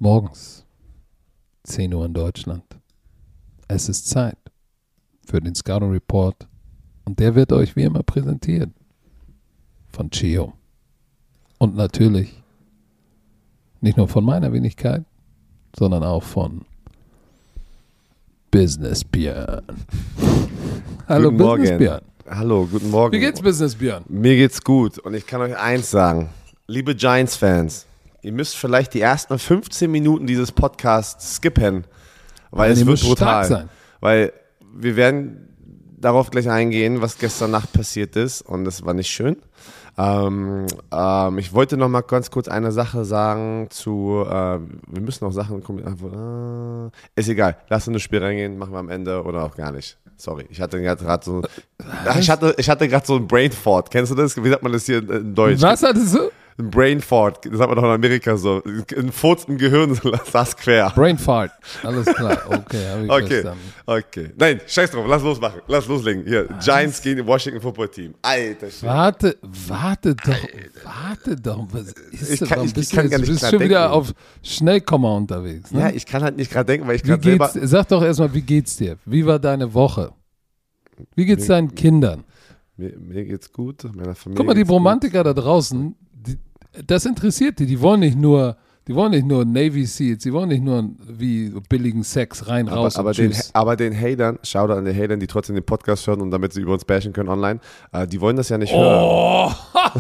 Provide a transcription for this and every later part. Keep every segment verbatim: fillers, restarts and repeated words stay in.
Morgens, zehn Uhr in Deutschland. Es ist Zeit für den Scouting Report und der wird euch wie immer präsentiert von Chio. Und natürlich nicht nur von meiner Wenigkeit, sondern auch von Business Björn. Hallo Guten Business Morgen. Björn. Hallo, guten Morgen. Wie geht's Business Björn? Mir geht's gut und ich kann euch eins sagen. Liebe Giants-Fans, ihr müsst vielleicht die ersten fünfzehn Minuten dieses Podcasts skippen, weil es ihr wird müsst stark brutal. sein. Weil wir werden darauf gleich eingehen, was gestern Nacht passiert ist und das war nicht schön. Ähm, ähm, ich wollte noch mal ganz kurz eine Sache sagen zu, äh, wir müssen noch Sachen, äh, ist egal, lass in das Spiel reingehen, machen wir am Ende oder auch gar nicht. Sorry, ich hatte gerade so, ich hatte, ich hatte gerade so ein Brain Fart. Kennst du das? Wie sagt man das hier in, in Deutsch? Was hattest du? Ein Brain Fart, das sagt man doch in Amerika so. Ein Furz im Gehirn saß quer. Brain Fart. Alles klar. Okay, habe ich Okay, verstanden. okay. Nein, scheiß drauf, lass losmachen. Lass loslegen. Hier, Was? Giants gegen Washington Football Team. Alter Schwede. Warte, warte doch, warte doch. Was ist Ich das? kann- Warum ich- bist ich kann du gar jetzt, nicht bist klar schon wieder denken. auf Schnellkomma unterwegs. Ne? Ja, ich kann halt nicht gerade denken, weil ich wie gerade selber... geht's, sag doch erstmal, wie geht's dir? Wie war deine Woche? Wie geht's Mir- deinen Kindern? Mir, mir geht's gut, meiner Familie Guck mal, die geht's gut. Romantiker da draußen, die, das interessiert die. Die wollen nicht nur, die wollen nicht nur Navy Seals, die wollen nicht nur wie billigen Sex rein, Aber, raus aber, und den, tschüss. aber den Hatern, Shoutout an den Hatern, die trotzdem den Podcast hören und damit sie über uns bashen können online, äh, die wollen das ja nicht hören. Oh!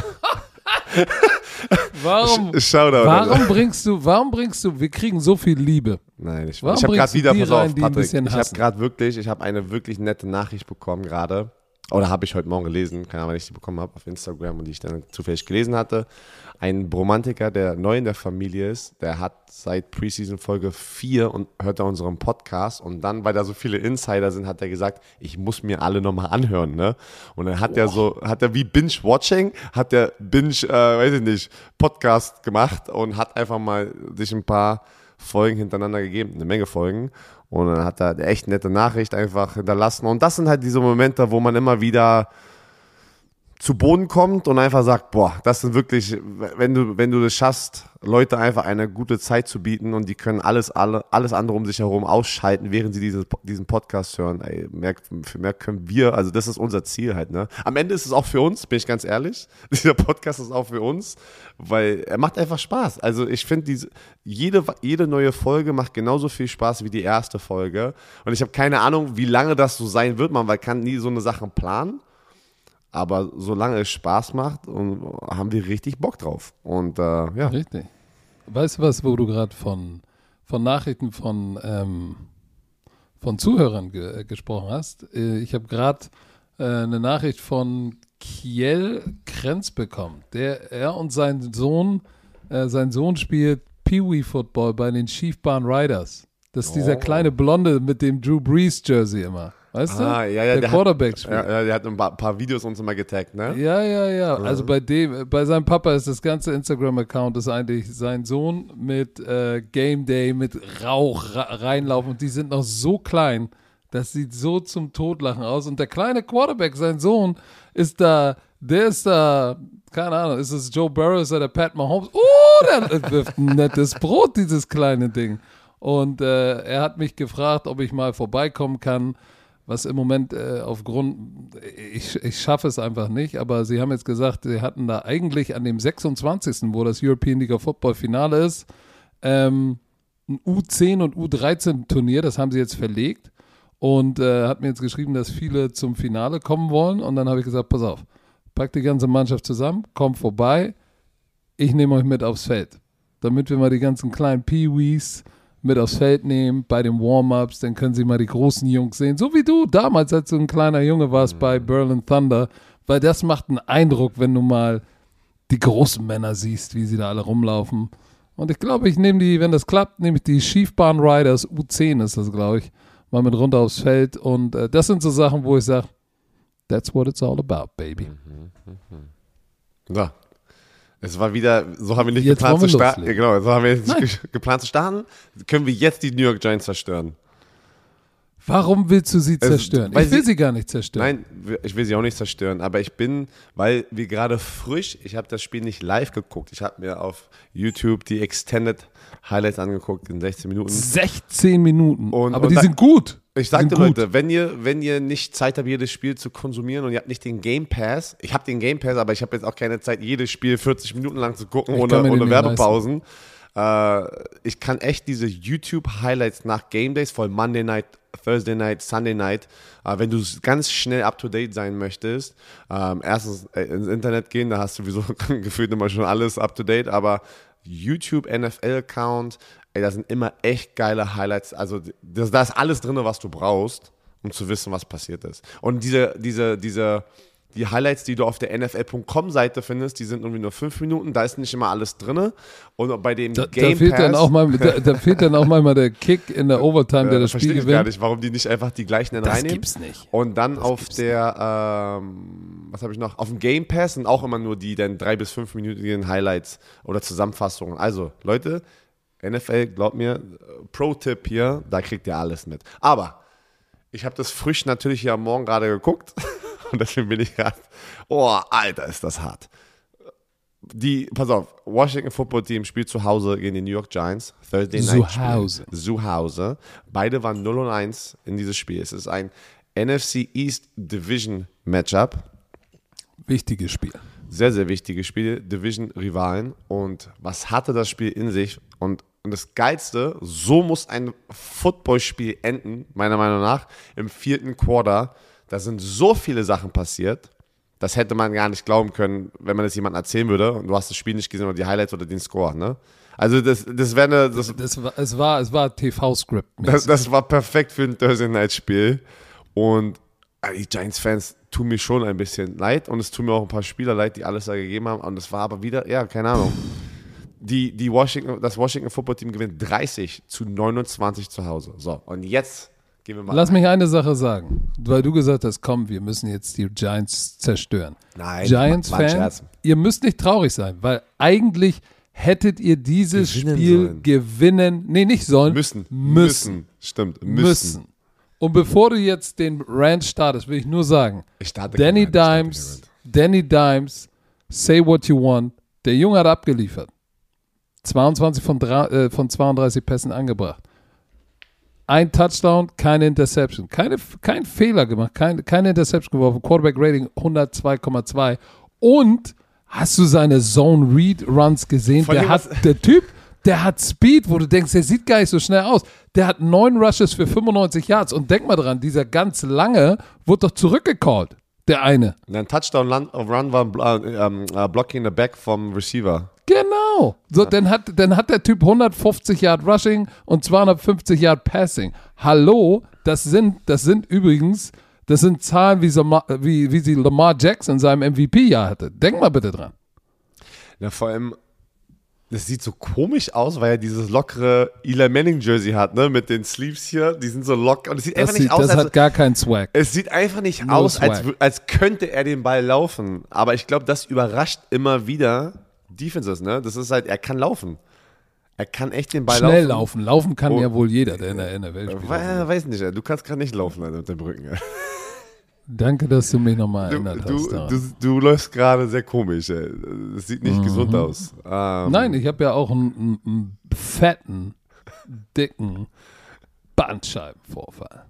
warum, Sh- Shoutout. warum bringst du, warum bringst du, wir kriegen so viel Liebe. Nein, ich, Warum ich habe bringst gerade du wieder, die pass rein, auf, die ein Patrick, bisschen ich habe hassen? gerade wirklich, ich habe eine wirklich nette Nachricht bekommen gerade, oder habe ich heute Morgen gelesen, keine Ahnung, wann ich die bekommen habe, auf Instagram und die ich dann zufällig gelesen hatte. Ein Romantiker, der neu in der Familie ist, der hat seit Preseason Folge vier und hört da unseren Podcast und dann, weil da so viele Insider sind, hat er gesagt, ich muss mir alle nochmal anhören, ne? Und dann hat er so, hat er wie Binge-Watching, hat er Binge, äh, weiß ich nicht, Podcast gemacht und hat einfach mal sich ein paar Folgen hintereinander gegeben, eine Menge Folgen. Und dann hat er eine echt nette Nachricht einfach hinterlassen. Und das sind halt diese Momente, wo man immer wieder zu Boden kommt und einfach sagt, boah, das sind wirklich, wenn du, wenn du das schaffst, Leute einfach eine gute Zeit zu bieten und die können alles, alle, alles andere um sich herum ausschalten, während sie dieses, diesen Podcast hören. Ey, mehr, für mehr können wir, also das ist unser Ziel halt, ne? Am Ende ist es auch für uns, bin ich ganz ehrlich. Dieser Podcast ist auch für uns, weil er macht einfach Spaß. Also ich finde, diese, jede, jede neue Folge macht genauso viel Spaß wie die erste Folge. Und ich habe keine Ahnung, wie lange das so sein wird, man, weil kann nie so eine Sache planen. Aber solange es Spaß macht, und haben wir richtig Bock drauf. Und äh, ja. Richtig. Weißt du was, wo du gerade von, von Nachrichten von, ähm, von Zuhörern ge- äh, gesprochen hast? Äh, ich habe gerade äh, eine Nachricht von Kiel Krenz bekommen. Der, er und sein Sohn, äh, sein Sohn spielt Pee-Wee-Football bei den Chiefbahn Riders. Das ist dieser Oh. kleine Blonde mit dem Drew Brees Jersey immer. Weißt Ah, du? ja, ja, der, der Quarterback hat, spielt. ja, ja, der hat ein paar, paar Videos uns immer getaggt, ne? Ja, ja, ja. Also bei dem, bei seinem Papa ist das ganze Instagram-Account ist eigentlich sein Sohn mit äh, Game Day, mit Rauch ra- reinlaufen und die sind noch so klein, das sieht so zum Totlachen aus. Und der kleine Quarterback, sein Sohn, ist da, der ist da, keine Ahnung, ist es Joe Burrow, ist er der Pat Mahomes? Oh, der wirft ein nettes Brot, dieses kleine Ding. Und äh, er hat mich gefragt, ob ich mal vorbeikommen kann. Was im Moment äh, aufgrund, ich, ich schaffe es einfach nicht, aber sie haben jetzt gesagt, sie hatten da eigentlich an dem sechsundzwanzigsten, wo das European League of Football Finale ist, ähm, ein U zehn und U dreizehn Turnier, das haben sie jetzt verlegt und äh, hat mir jetzt geschrieben, dass viele zum Finale kommen wollen und dann habe ich gesagt, pass auf, pack die ganze Mannschaft zusammen, kommt vorbei, ich nehme euch mit aufs Feld, damit wir mal die ganzen kleinen Pee-Wees mit aufs Feld nehmen, bei den Warm-Ups, dann können sie mal die großen Jungs sehen, so wie du damals, als du ein kleiner Junge warst mhm. bei Berlin Thunder, weil das macht einen Eindruck, wenn du mal die großen Männer siehst, wie sie da alle rumlaufen. Und ich glaube, ich nehme die, wenn das klappt, nehme ich die Chiefbahn Riders, U zehn ist das, glaube ich, mal mit runter aufs Feld und äh, das sind so Sachen, wo ich sage, that's what it's all about, baby. Mhm, mhm. So. Es war wieder, so haben wir nicht Jetzt geplant wollen zu wir starten. loslegen. Genau, so haben wir jetzt Nein. nicht ge- geplant zu starten. Können wir jetzt die New York Giants zerstören? Warum willst du sie zerstören? Weil ich will sie, sie gar nicht zerstören. Nein, ich will sie auch nicht zerstören, aber ich bin, weil wir gerade frisch, ich habe das Spiel nicht live geguckt, ich habe mir auf YouTube die Extended Highlights angeguckt in sechzehn Minuten. sechzehn Minuten, und, aber und die da, sind gut. Ich sagte gut. Leute, wenn ihr, wenn ihr nicht Zeit habt, jedes Spiel zu konsumieren und ihr habt nicht den Game Pass, ich habe den Game Pass, aber ich habe jetzt auch keine Zeit, jedes Spiel vierzig Minuten lang zu gucken, ich ohne, ohne Werbepausen. Äh, ich kann echt diese YouTube-Highlights nach Game Days, vor allem Monday Night, Thursday Night, Sunday Night, äh, wenn du ganz schnell up-to-date sein möchtest, ähm, erstens äh, ins Internet gehen, da hast du sowieso gefühlt immer schon alles up-to-date, aber YouTube N F L-Account, ey, da sind immer echt geile Highlights, also das, da ist alles drin, was du brauchst, um zu wissen, was passiert ist. Und diese, diese, diese Die Highlights, die du auf der N F L Punkt com Seite findest, die sind irgendwie nur fünf Minuten, da ist nicht immer alles drin. Und bei dem da, Game da fehlt Pass... Dann auch mal, da, da fehlt dann auch mal der Kick in der Overtime, ja, der das Spiel gewinnt. Ich gar nicht, warum die nicht einfach die gleichen dann das reinnehmen. Das gibt's nicht. Und dann das auf der, ähm, was habe ich noch, auf dem Game Pass sind auch immer nur die dann drei- bis fünfminütigen Highlights oder Zusammenfassungen. Also, Leute, N F L, glaubt mir, Pro-Tipp hier, da kriegt ihr alles mit. Aber ich habe das frisch natürlich hier am Morgen gerade geguckt. Und deswegen bin ich gerade, oh, Alter, ist das hart. Die, pass auf, Washington Football Team spielt zu Hause gegen die New York Giants. Thursday Night zu Hause. Zu Hause. Beide waren null und eins in dieses Spiel. Es ist ein N F C East Division Matchup. Wichtiges Spiel. Sehr, sehr wichtiges Spiel. Division-Rivalen. Und was hatte das Spiel in sich? Und, und das Geilste, so muss ein Footballspiel enden, meiner Meinung nach, im vierten Quarter. Da sind so viele Sachen passiert, das hätte man gar nicht glauben können, wenn man das jemandem erzählen würde und du hast das Spiel nicht gesehen oder die Highlights oder den Score, ne? Also das, das wäre eine... Das, das war, es war, es war T V-Skript. Das, das war perfekt für ein Thursday-Night-Spiel und die Giants-Fans tun mir schon ein bisschen leid und es tun mir auch ein paar Spieler leid, die alles da gegeben haben und es war aber wieder, ja, keine Ahnung. Die, die Washington, das Washington Football-Team gewinnt dreißig zu neunundzwanzig zu Hause. So, und jetzt... Lass mich eine Sache sagen, weil du gesagt hast, komm, wir müssen jetzt die Giants zerstören. Nein, Giants-Fans, ihr müsst nicht traurig sein, weil eigentlich hättet ihr dieses gewinnen Spiel sollen. gewinnen, nee, nicht sollen, müssen. Müssen. müssen. Stimmt, müssen. müssen. Und bevor du jetzt den Rant startest, will ich nur sagen, ich Danny Dimes, Danny Dimes, say what you want, der Junge hat abgeliefert. zweiundzwanzig von, äh, von zweiunddreißig Pässen angebracht. Ein Touchdown, keine Interception. Keine, kein Fehler gemacht, kein, keine Interception geworfen. Quarterback-Rating hundertzwei Komma zwei. Und hast du seine Zone-Read-Runs gesehen? Der, hat, der Typ, der hat Speed, wo du denkst, der sieht gar nicht so schnell aus. Der hat neun Rushes für fünfundneunzig Yards. Und denk mal dran, dieser ganz lange wurde doch zurückgecallt. Der eine. Ein Touchdown-Run war ähm, uh, Blocking the Back vom Receiver. Genau. So, ja. dann, hat, dann hat der Typ hundertfünfzig Yard Rushing und zweihundertfünfzig Yard Passing. Hallo, das sind, das sind übrigens, das sind Zahlen, wie, Lamar, wie, wie sie Lamar Jackson in seinem M V P-Jahr hatte. Denk mal bitte dran. Ja, vor allem, das sieht so komisch aus, weil er dieses lockere Eli Manning-Jersey hat, ne, mit den Sleeves hier, die sind so locker und es sieht das einfach sieht, nicht aus, das als, hat gar keinen Swag. Es sieht einfach nicht No aus, als, Swag. als könnte er den Ball laufen, aber ich glaube, das überrascht immer wieder Defenses, ne, das ist halt, er kann laufen. Er kann echt den Ball Schnell laufen. laufen. Laufen kann oh. ja wohl jeder, der in der N F L spielt. We- weiß nicht, du kannst gerade nicht laufen, Alter, mit dem Rücken. Danke, dass du mich nochmal Du, erinnert du, hast. du, du läufst gerade sehr komisch. Ey. Das sieht nicht Mhm. gesund aus. Ähm, Nein, ich habe ja auch einen, einen, einen fetten, dicken Bandscheibenvorfall.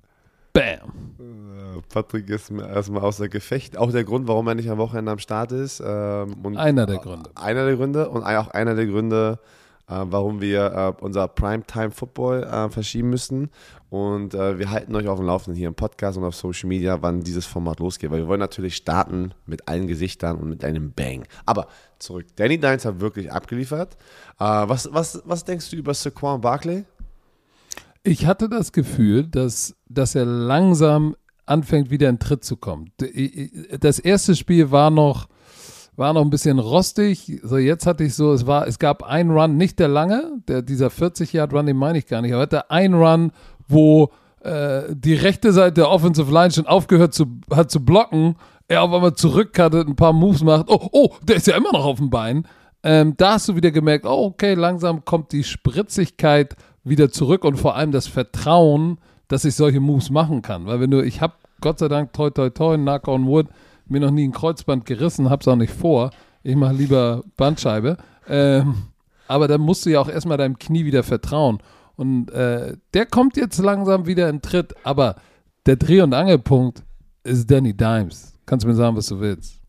Bam. Patrick ist erstmal außer Gefecht. Auch der Grund, warum er nicht am Wochenende am Start ist. Ähm, und Einer der Gründe. Einer der Gründe und auch einer der Gründe, äh, warum wir äh, unser Primetime Football äh, verschieben müssen. Und äh, wir halten euch auf dem Laufenden hier im Podcast und auf Social Media, wann dieses Format losgeht. Weil wir wollen natürlich starten mit allen Gesichtern und mit einem Bang. Aber zurück. Danny Dimes hat wirklich abgeliefert. Äh, was, was, was denkst du über Saquon Barkley? Ich hatte das Gefühl, dass, dass er langsam anfängt, wieder in Tritt zu kommen. Das erste Spiel war noch, war noch ein bisschen rostig. So, jetzt hatte ich so, es war, es gab einen Run, nicht der lange, der, dieser vierzig Yard Run, den meine ich gar nicht, aber hatte einen Run, wo äh, die rechte Seite der Offensive Line schon aufgehört zu, hat zu blocken, er auf einmal zurückkattet, ein paar Moves macht. Oh, oh, der ist ja immer noch auf dem Bein. Ähm, da hast du wieder gemerkt, oh, okay, langsam kommt die Spritzigkeit wieder zurück und vor allem das Vertrauen, dass ich solche Moves machen kann. Weil wenn du, ich habe Gott sei Dank, toi toi toi, knock on wood, mir noch nie ein Kreuzband gerissen, hab's auch nicht vor. Ich mache lieber Bandscheibe. Ähm, aber dann musst du ja auch erstmal deinem Knie wieder vertrauen. Und äh, der kommt jetzt langsam wieder in Tritt, aber der Dreh- und Angelpunkt ist Danny Dimes. Kannst du mir sagen, was du willst?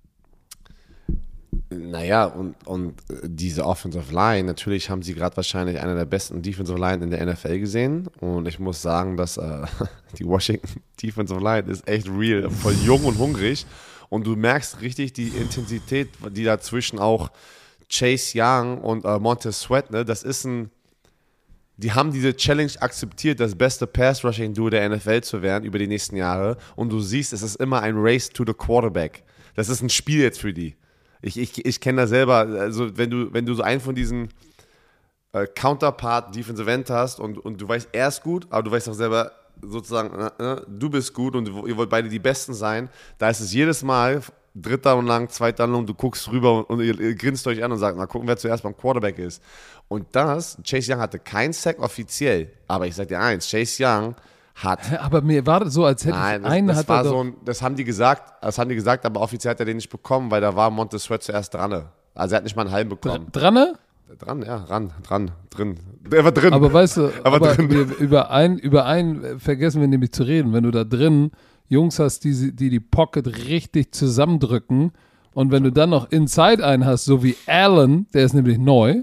Naja, und, und diese Offensive Line, natürlich haben sie gerade wahrscheinlich eine der besten Defensive Line in der N F L gesehen. Und ich muss sagen, dass äh, die Washington Defensive Line ist echt real, voll jung und hungrig. Und du merkst richtig die Intensität, die dazwischen auch Chase Young und äh, Montez Sweat, ne, das ist ein, die haben diese Challenge akzeptiert, das beste Pass-Rushing-Duo der N F L zu werden über die nächsten Jahre. Und du siehst, es ist immer ein Race to the Quarterback. Das ist ein Spiel jetzt für die. Ich, ich, ich kenne das selber, also wenn du, wenn du so einen von diesen äh, Counterpart Defensive End hast und, und du weißt, er ist gut, aber du weißt auch selber sozusagen, äh, äh, du bist gut und ihr wollt beide die Besten sein, da ist es jedes Mal dritter und lang, zweiter und lang, du guckst rüber und, und ihr, ihr grinst euch an und sagt, mal gucken, wer zuerst beim Quarterback ist. Und das, Chase Young hatte keinen Sack offiziell, aber ich sag dir eins, Chase Young hat. Aber mir war das so, als hätte Nein, ich das, einen das hat war er doch, so ein, das haben die gesagt, das haben die gesagt, aber offiziell hat er den nicht bekommen, weil da war Montez Sweat zuerst dran. Also er hat nicht mal einen halben bekommen. Dran? Dran, ja, ran, dran, drin. Er war drin. Aber weißt du, aber aber drin. Wir, über einen über einen vergessen wir nämlich zu reden. Wenn du da drin Jungs hast, die die, die Pocket richtig zusammendrücken und wenn du dann noch Inside einen hast, so wie Allen, der ist nämlich neu.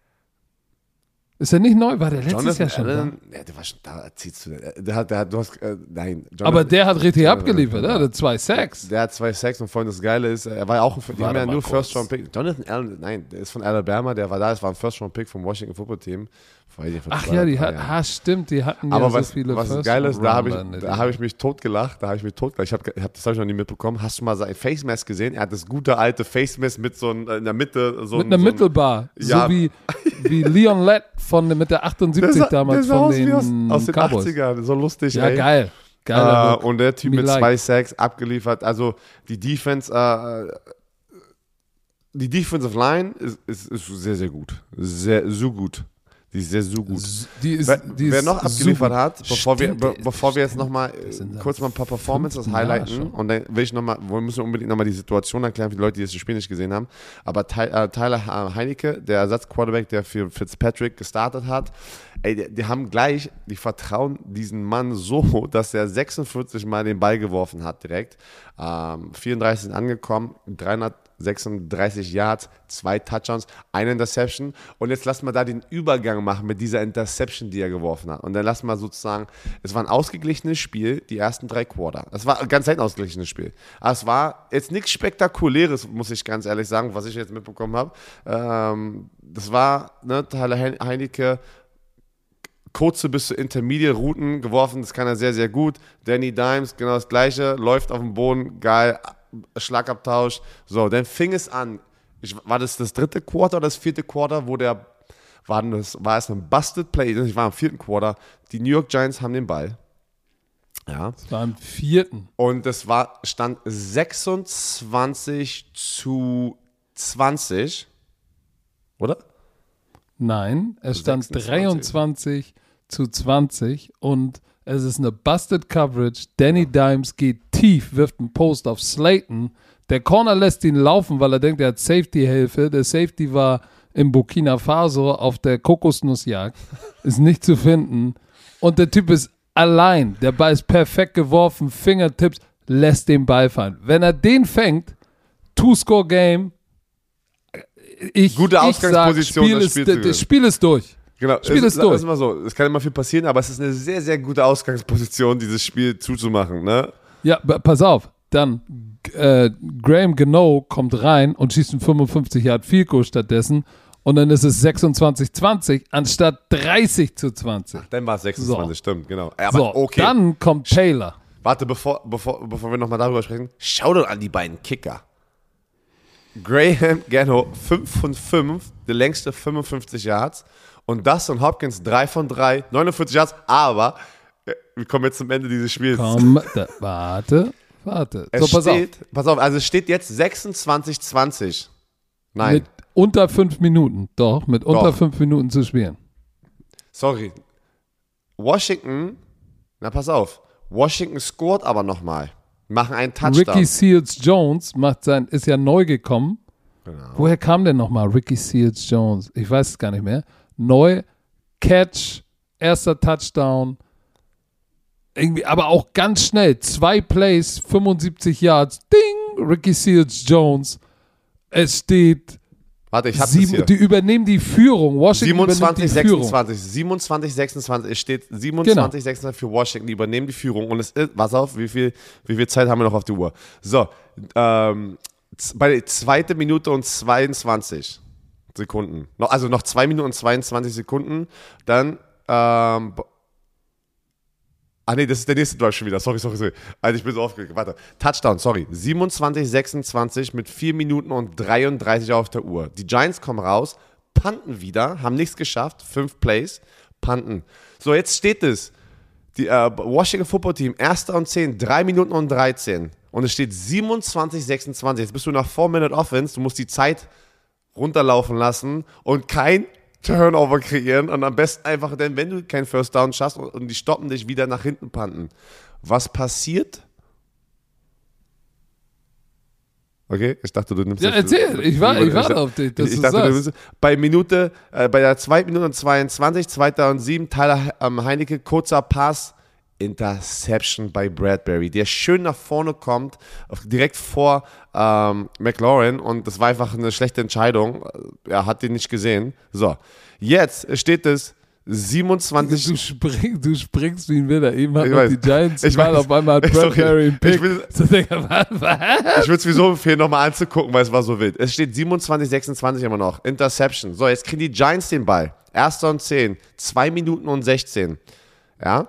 Ist er nicht neu? War der letztes Jonathan Jahr schon Allen, da? Ja, der war schon da, erzählst du. Der hat, der hat, du hast, äh, nein. Jonathan, aber der hat richtig Jonathan, abgeliefert, ja, der hat zwei Sacks. Der hat zwei Sacks und vor allem das Geile ist, er war ja auch ein, die haben ja nur First-Round-Pick. Jonathan Allen, nein, der ist von Alabama, der war da, es war ein First-Round-Pick vom Washington Football Team. Ach ja, die hat, ah, stimmt, die hatten ja aber so was, viele was First geil ist, da habe Rounder, ich, da hab ich mich totgelacht, da habe ich mich totgelacht. Ich hab, hab, das habe ich noch nie mitbekommen. Hast du mal sein Face Mask gesehen? Er hat das gute alte Face Mask mit so ein, in der Mitte. So mit ein, einer so ein, Mittelbar, ja. so wie, wie Leon Lett von, mit der achtundsiebzig der sah, damals der sah von aus den, wie aus, aus den Cowboys. achtzigern, so lustig. Ja, ey. geil. Geiler Äh, und der Typ Me mit like. zwei Sacks abgeliefert. Also die Defense, äh, die Defensive Line ist, ist, ist sehr, sehr gut. Sehr, so gut. Die ist sehr, so gut. Die ist, wer, die ist wer noch abgeliefert super. hat, bevor Stimmt, wir, be, der bevor ist- wir jetzt nochmal sind kurz mal ein paar Performances fünften Jahr highlighten schon. und dann will ich noch mal, wir müssen unbedingt nochmal die Situation erklären für die Leute, die das Spiel nicht gesehen haben. Aber Ty, äh, Tyler Heinecke, der Ersatzquarterback, der für Fitzpatrick gestartet hat, ey, die, die haben gleich, die vertrauen diesen Mann so, dass er sechsundvierzig Mal den Ball geworfen hat direkt. Ähm, vierunddreißig sind angekommen, dreihundertsechsunddreißig Yards, zwei Touchdowns, eine Interception. Und jetzt lass mal da den Übergang machen mit dieser Interception, die er geworfen hat. Und dann lass mal sozusagen, es war ein ausgeglichenes Spiel, die ersten drei Quarter. Es war ganz ein ausgeglichenes Spiel. Aber es war jetzt nichts Spektakuläres, muss ich ganz ehrlich sagen, was ich jetzt mitbekommen habe. Ähm, das war, ne, Tyler Heinecke, kurze bis zu Intermediate-Routen geworfen, das kann er sehr, sehr gut. Danny Dimes, genau das Gleiche, läuft auf dem Boden, geil, Schlagabtausch. So, dann fing es an. Ich, war das das dritte Quarter oder das vierte Quarter, wo der, war, das, war es ein Busted Play, ich war im vierten Quarter, die New York Giants haben den Ball. Ja. Das war im vierten. Und das war, stand sechsundzwanzig zu zwanzig, oder? Nein, es stand sechsundzwanzig. dreiundzwanzig zu zwanzig und es ist eine Busted Coverage. Danny Dimes geht tief, wirft einen Post auf Slayton. Der Corner lässt ihn laufen, weil er denkt, er hat Safety-Hilfe. Der Safety war in Burkina Faso auf der Kokosnussjagd. Ist nicht zu finden. Und der Typ ist allein. Der Ball ist perfekt geworfen, Fingertips, lässt den Ball fallen. Wenn er den fängt, Two-Score-Game, ich, Gute ich Ausgangsposition, sag, Spiel das ist, Spiel zu das Spiel ist durch. Genau, Spiel es, ist es, durch. Es ist immer so, es kann immer viel passieren, aber es ist eine sehr, sehr gute Ausgangsposition, dieses Spiel zuzumachen, ne? Ja, b- pass auf. Dann äh, Graham Gano kommt rein und schießt einen fünfundfünfzig Yard Field Goal stattdessen und dann ist es sechsundzwanzig zwanzig anstatt dreißig zu zwanzig. Dann war es sechsundzwanzig, So. stimmt, genau. Aber So, okay, dann kommt Taylor. warte, bevor, bevor, bevor wir nochmal darüber sprechen, schau doch an die beiden Kicker. Graham Gano fünf von fünf, der längste fünfundfünfzig Yards und Dustin Hopkins drei von drei, neunundvierzig Yards, aber äh, wir kommen jetzt zum Ende dieses Spiels. Komm, da, warte, warte. Es So, pass auf. steht, pass auf, also es steht jetzt sechsundzwanzig zwanzig. Nein, Mit unter fünf Minuten, doch, mit unter Doch. fünf Minuten zu spielen. sorry. Washington Na, pass auf. Washington scored aber nochmal. Machen einen Touchdown. Ricky Seals-Jones macht sein, ist ja neu gekommen. Genau. Woher kam denn nochmal Ricky Seals-Jones? Ich weiß es gar nicht mehr. Neu, Catch, erster Touchdown. Irgendwie, aber auch ganz schnell. Zwei Plays, fünfundsiebzig Yards. Ding! Ricky Seals-Jones. Es steht. Warte, ich hab's sieben, hier. Die übernehmen die Führung. Washington siebenundzwanzig, übernimmt die Führung. sechsundzwanzig. siebenundzwanzig, sechsundzwanzig. Es steht siebenundzwanzig, sechsundzwanzig für Washington. Die übernehmen die Führung. Und es ist, pass auf, wie viel, wie viel Zeit haben wir noch auf die Uhr? So, ähm, z- bei der zweiten Minute und zweiundzwanzig Sekunden. Noch, also noch zwei Minuten und zweiundzwanzig Sekunden. Dann, ähm, ah nee, das ist der nächste Drive schon wieder. Sorry, sorry, sorry. Also ich bin so aufgeregt. Warte. Touchdown, sorry. siebenundzwanzig, sechsundzwanzig mit vier Minuten und dreiunddreißig auf der Uhr. Die Giants kommen raus, punten wieder, haben nichts geschafft. Fünf Plays, punten. So, jetzt steht es. Die äh, Washington Football Team, erster und zehn, drei Minuten und dreizehn. Und es steht siebenundzwanzig, sechsundzwanzig. Jetzt bist du nach four Minute Offense. Du musst die Zeit runterlaufen lassen und kein Turnover kreieren und am besten einfach, denn wenn du kein First Down schaffst und, und die stoppen dich wieder nach hinten panten. Was passiert? Okay, ich dachte, du nimmst Ja, das- erzähl. Ich, war, ich warte auf dich, dass ich, ich du dachte, du sagst. nimmst, bei Minute, äh, bei der zweiten Minute und zweiundzwanzig, zweiter und sieben, Tyler ähm, Heinecke, kurzer Pass, Interception bei Bradbury, der schön nach vorne kommt, auf, direkt vor ähm, McLaurin und das war einfach eine schlechte Entscheidung. Er hat den nicht gesehen. So, jetzt steht es siebenundzwanzig. Du, spring, du springst wie ein Wilder. Eben hat Ich noch weiß. die Giants Ich mal weiß. auf einmal hat Ist okay. Bradbury einen Ich Pick. will- So, Digga, was, was? Ich würde es sowieso empfehlen, nochmal anzugucken, weil es war so wild. Es steht siebenundzwanzig, sechsundzwanzig immer noch. Interception. So, jetzt kriegen die Giants den Ball. Erster und zehn. zwei Minuten und sechzehn. Ja.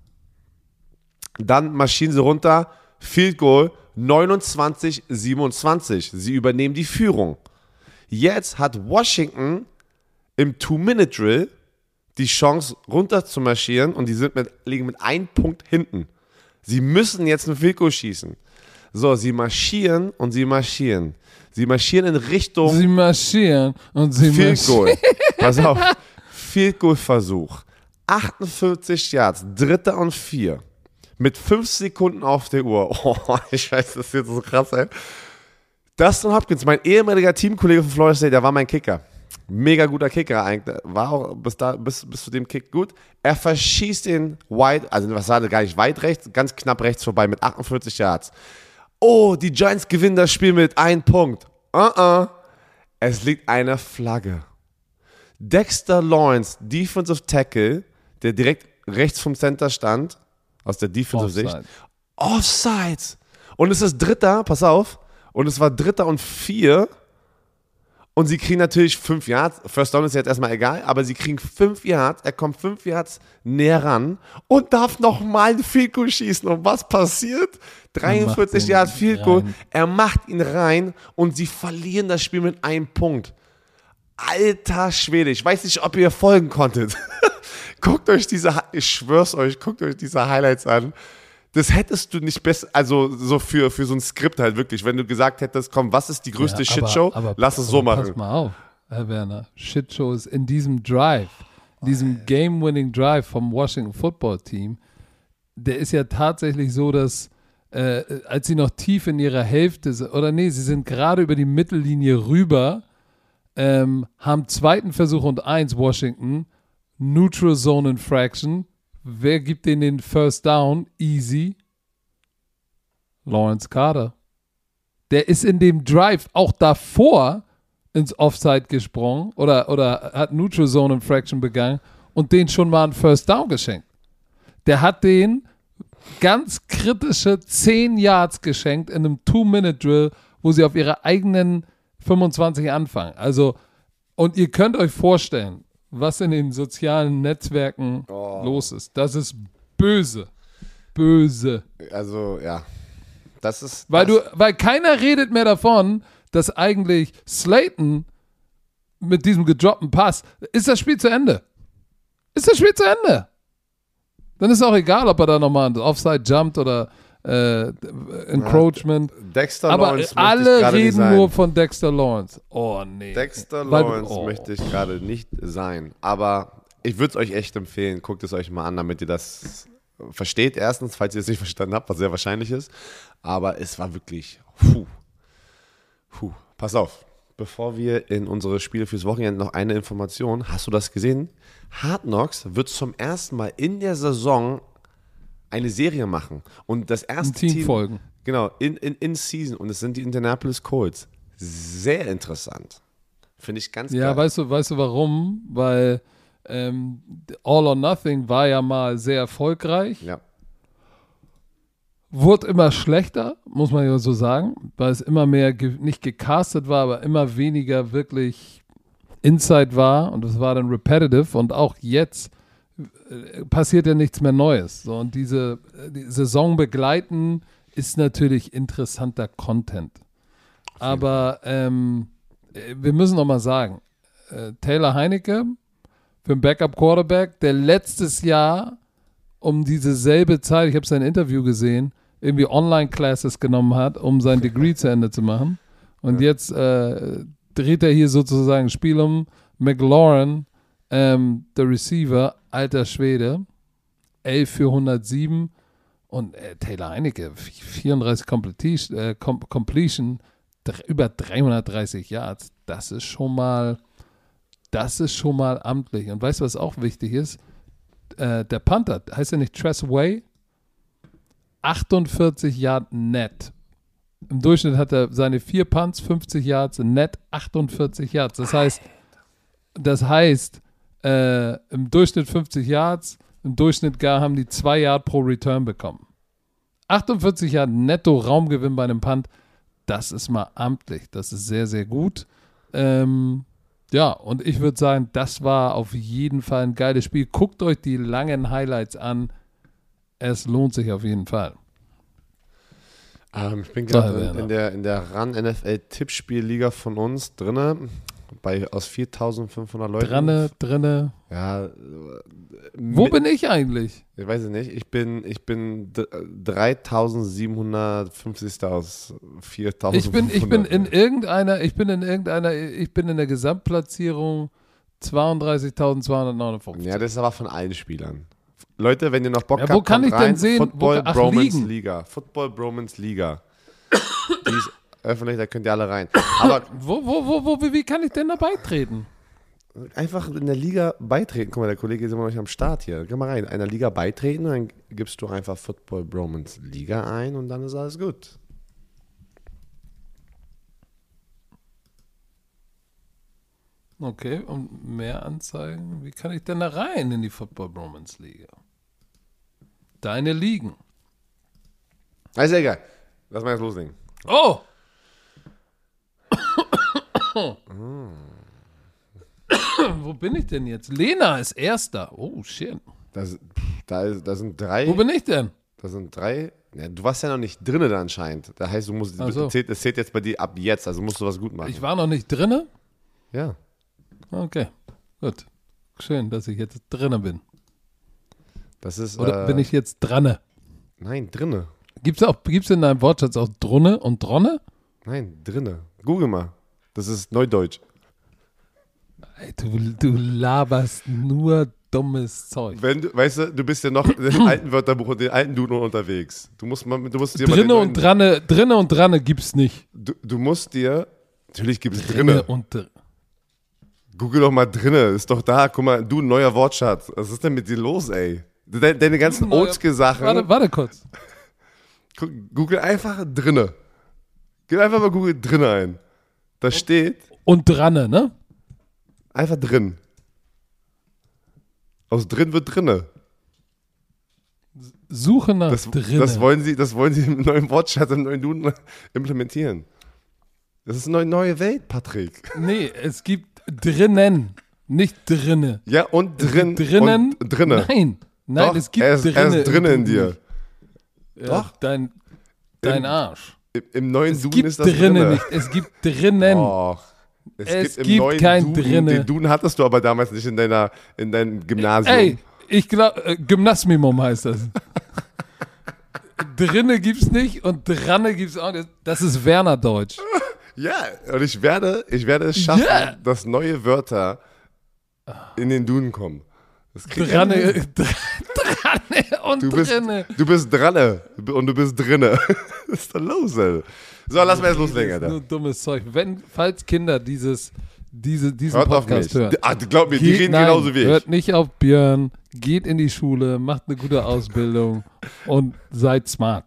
Dann marschieren sie runter. Field Goal. neunundzwanzig, siebenundzwanzig. Sie übernehmen die Führung. Jetzt hat Washington im Two-Minute-Drill die Chance runter zu marschieren und die sind mit, liegen mit einem Punkt hinten. Sie müssen jetzt einen Field Goal schießen. So, sie marschieren und sie marschieren. Sie marschieren in Richtung Sie marschieren und sie Field marschieren. Goal. Pass auf. Field Goal Versuch. achtundvierzig Yards, dritter und vier. Mit fünf Sekunden auf der Uhr. Oh, ich weiß, das ist jetzt so krass, ey. Dustin Hopkins, mein ehemaliger Teamkollege von Florida State, der war mein Kicker. Mega guter Kicker eigentlich. War auch bis, da, bis, bis zu dem Kick gut. Er verschießt ihn weit, also was war das, gar nicht weit rechts, ganz knapp rechts vorbei mit achtundvierzig Yards. Oh, die Giants gewinnen das Spiel mit einem Punkt. Uh-uh. Es liegt eine Flagge. Dexter Lawrence, Defensive Tackle, der direkt rechts vom Center stand, aus der Defensive-Sicht. Offside. Offsides. Und es ist Dritter, pass auf, und es war Dritter und Vier. Und sie kriegen natürlich fünf Yards. First Down ist jetzt erstmal egal, aber sie kriegen fünf Yards. Er kommt fünf Yards näher ran und darf nochmal ein Field Goal schießen. Und was passiert? dreiundvierzig ihn Yards Field Goal. rein. Er macht ihn rein und sie verlieren das Spiel mit einem Punkt. Alter Schwede, ich weiß nicht, ob ihr folgen konntet. Guckt euch diese, ich schwör's euch, guckt euch diese Highlights an. Das hättest du nicht besser, also so für, für so ein Skript halt wirklich, wenn du gesagt hättest, komm, was ist die größte Ja, aber- Shitshow? aber- Lass es so aber machen. Pass mal auf, Herr Werner. Shitshow ist in diesem Drive, diesem Game-Winning Drive vom Washington Football Team, der ist ja tatsächlich so, dass äh, als sie noch tief in ihrer Hälfte sind, oder nee, sie sind gerade über die Mittellinie rüber, ähm, haben zweiten Versuch und eins Washington, Neutral Zone Infraction. Wer gibt denen den First Down? Easy. Lawrence Carter. Der ist in dem Drive auch davor ins Offside gesprungen oder, oder hat Neutral Zone Infraction begangen und den schon mal einen First Down geschenkt. Der hat den ganz kritische zehn Yards geschenkt in einem Two-Minute-Drill, wo sie auf ihre eigenen fünfundzwanzig anfangen. Also, und ihr könnt euch vorstellen, was in den sozialen Netzwerken Oh. los ist. Das ist böse. Böse. Also, ja. Das ist. Weil das, du, weil keiner redet mehr davon, dass eigentlich Slayton mit diesem gedroppten Pass, ist das Spiel zu Ende. Ist das Spiel zu Ende. Dann ist auch egal, ob er da nochmal Offside jumpt oder äh, Encroachment. Dexter Aber Lawrence möchte ich alle gerade nicht reden sein. nur von Dexter Lawrence. Oh, nee. Dexter Weil- Lawrence oh. möchte ich gerade nicht sein. Aber ich würde es euch echt empfehlen. Guckt es euch mal an, damit ihr das versteht. Erstens, falls ihr es nicht verstanden habt, was sehr wahrscheinlich ist. Aber es war wirklich, puh, puh. Pass auf, bevor wir in unsere Spiele fürs Wochenende noch eine Information. Hast du das gesehen? Hard Knocks wird zum ersten Mal in der Saison eine Serie machen. Und das erste Team Team, folgen. Genau, in, in, in Season. Und es sind die Indianapolis Colts. Sehr interessant. Finde ich ganz Ja, geil. weißt du, weißt du warum? Weil ähm, All or Nothing war ja mal sehr erfolgreich. Ja. Wurde immer schlechter, muss man ja so sagen, weil es immer mehr ge- nicht gecastet war, aber immer weniger wirklich Inside war und es war dann repetitive und auch jetzt äh, passiert ja nichts mehr Neues. So, und diese die Saison begleiten ist natürlich interessanter Content. Aber ähm, wir müssen noch mal sagen, äh, Taylor Heinecke für einen Backup-Quarterback, der letztes Jahr um diese selbe Zeit, ich habe sein Interview gesehen, irgendwie Online-Classes genommen hat, um sein Degree zu Ende zu machen. Und ja. jetzt äh, dreht er hier sozusagen ein Spiel um. McLaurin, ähm, der Receiver, alter Schwede, elf für hundertsieben und äh, Taylor Heinecke, vierunddreißig Completion, äh, Com- Completion, dr- über dreihundertdreißig Yards. Das ist schon mal, das ist schon mal amtlich. Und weißt du, was auch wichtig ist? Äh, der Panther, heißt er nicht Tress Way? achtundvierzig Yard net. Im Durchschnitt hat er seine vier Punts, fünfzig Yards, net achtundvierzig Yards. Das heißt, das heißt, äh, im Durchschnitt fünfzig Yards, im Durchschnitt gar haben die zwei Yard pro Return bekommen. achtundvierzig Yard netto Raumgewinn bei einem Punt, das ist mal amtlich. Das ist sehr, sehr gut. Ähm, ja, und ich würde sagen, das war auf jeden Fall ein geiles Spiel. Guckt euch die langen Highlights an. Es lohnt sich auf jeden Fall. Ähm, ich bin gerade in, in der, in der Run-N F L-Tippspiel-Liga von uns drinne, bei aus viertausendfünfhundert Leuten. Drinne, drinne. Ja. Äh, Wo mit, bin ich eigentlich? Ich weiß es nicht. Ich bin, ich bin d- dreitausendsiebenhundertfünfzig aus viertausendfünfhundert. Ich bin, ich bin in irgendeiner, ich bin in irgendeiner, ich bin in der Gesamtplatzierung zweiunddreißigtausendzweihundertneunundfünfzig. Ja, das ist aber von allen Spielern. Leute, wenn ihr noch Bock Ja, habt, wo kann kommt ich rein. denn sehen? Football Wo, ach, Bromance liegen. Liga. Football Bromance Liga. Die ist öffentlich, da könnt ihr alle rein. Aber wo, wo, wo, wo, wie, wie kann ich denn da beitreten? einfach in der Liga beitreten. Guck mal, der Kollege ist immer noch nicht am Start hier. Geh mal rein. In einer Liga beitreten, dann gibst du einfach Football Bromance Liga ein und dann ist alles gut. Okay, und mehr Anzeigen. Wie kann ich denn da rein in die Football Bromance Liga? Deine Ligen. Ist ja egal. Lass mal jetzt loslegen. Oh! Wo bin ich denn jetzt? Lena ist Erster. Oh, shit. Das, da, ist, da sind drei. Wo bin ich denn? Da sind drei. Ja, du warst ja noch nicht drinnen anscheinend. Das heißt, du musst. Ach so. Es zählt, es zählt jetzt bei dir ab jetzt, also musst du was gut machen. Ich war noch nicht drinne? Ja. Okay, gut. Schön, dass ich jetzt drinne bin. Das ist. Oder äh, bin ich jetzt dranne? Nein, drinne. Gibt's auch, gibt's in deinem Wortschatz auch drunne und dronne? Nein, drinne. Google mal. Das ist Neudeutsch. Ey, du, du laberst nur dummes Zeug. Wenn du, weißt du, du bist ja noch im alten Wörterbuch und den alten Duden unterwegs. Du musst mal, du musst dir mal Drinne den und neuen- dranne, drinne und dranne gibt's nicht. Du, du musst dir, natürlich gibt es Drinne drinne. und dr- Google doch mal drinne, ist doch da. Guck mal, du, neuer Wortschatz. Was ist denn mit dir los, ey? Deine, deine ganzen Neuer- Oldschool-Sachen. Warte, warte kurz. Guck, Google einfach drinne. Gib einfach mal Google drinne ein. Da steht Und dranne, ne? einfach drin. Aus drin wird drinne. Suche nach Das, drinne. das, wollen sie, das wollen sie im neuen Wortschatz, im neuen Duden implementieren. Das ist eine neue Welt, Patrick. Nee, es gibt drinnen, nicht drinne. Ja, und Es drin. gibt drinnen. Und drinne. Nein, nein, Doch, es gibt er ist, drinne. er ist drinnen in im dir. Duden. Ja, Doch. Dein, dein Im- Arsch. Im, im neuen Es Duden gibt ist das drinnen drinne. nicht, es gibt drinnen. Och, es, Es gibt, im gibt neuen kein Duden, drinne. Den Duden hattest du aber damals nicht in, deiner, in deinem Gymnasium. Ey, ich glaube, äh, Gymnasmimum heißt das. Drinne gibt's nicht und dranne gibt's auch nicht. Das ist Werner-Deutsch. Ja, und ich werde, ich werde es schaffen, Ja. dass neue Wörter in den Duden kommen. Das krieg ich Dranne, hin. dr- und Du bist, drinne. du bist dran und du bist drinne. Was ist da los, ey? So, lass mal jetzt loslegen, Das ist nur Alter. dummes Zeug. Wenn, falls Kinder dieses, diese, diesen Hört auf Podcast mich. hören. Ah, glaub mir, die geht- reden nein, genauso wie ich. Hört nicht auf Björn, geht in die Schule, macht eine gute Ausbildung und seid smart.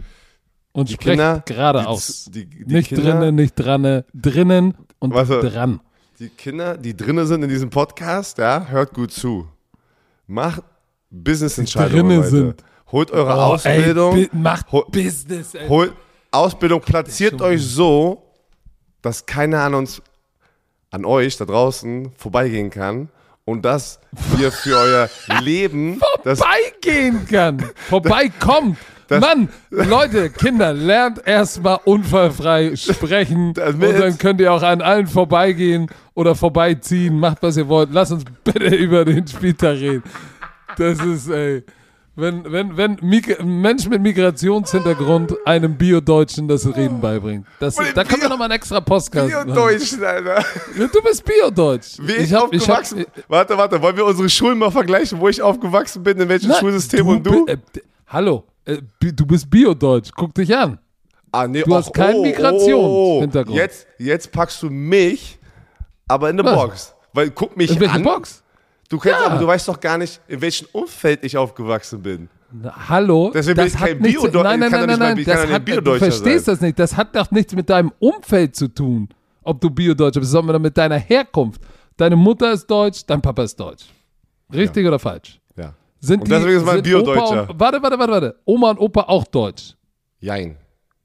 Und Die sprecht Kinder, geradeaus. Die, die, die nicht Kinder, drinnen, nicht dran, drinnen und Warte. dran. Die Kinder, die drinnen sind in diesem Podcast, ja, hört gut zu. Macht Business-Entscheidungen, drinnen Leute. sind. Holt eure Oh, Ausbildung. ey, bi- macht hol- Business, ey. Holt Ausbildung, platziert schon euch so, dass keiner an uns, an euch da draußen vorbeigehen kann und dass ihr für euer Leben das vorbeigehen kann. Vorbeikommt. Das- Mann, Leute, Kinder, lernt erstmal unfallfrei sprechen Damit- und dann könnt ihr auch an allen vorbeigehen oder vorbeiziehen. Macht, was ihr wollt. Lasst uns bitte über den Spieltag reden. Das ist, ey, wenn, wenn, wenn Mig- ein Mensch mit Migrationshintergrund einem Bio-Deutschen das Reden beibringt. Das, Bei den da können wir Bio- nochmal einen extra Podcast machen. Bio-Deutschen, Alter. Ja, du bist Bio-Deutsch. Wie ich, aufgewachsen Warte, warte, wollen wir unsere Schulen mal vergleichen, wo ich aufgewachsen bin, in welchem Nein, Schulsystem und du? bi- Äh, d- hallo, äh, bi- du bist Bio-Deutsch. Guck dich an. Ah, nee, Du hast keinen Migrationshintergrund. Jetzt, jetzt packst du mich, aber in eine Was? Box. Weil guck mich In welche an. Box? Du kennst Ja. aber, du weißt doch gar nicht, in welchem Umfeld ich aufgewachsen bin. Na, hallo, Deswegen bin das ich hat kein nichts. Bio-Deu- Nein, ich nein, kann doch nein, nicht nein, mal- nein. ich kann Das doch nicht hat, du Bio-Deutscher verstehst sein. das nicht. Das hat doch nichts mit deinem Umfeld zu tun, ob du Bio-Deutscher bist, sondern mit deiner Herkunft. Deine Mutter ist deutsch, dein Papa ist deutsch. Richtig oder falsch? Ja. Sind Und deswegen ist mein sind Opa Bio-Deutscher. und- Warte, warte, warte, warte. Oma und Opa auch deutsch. Jein.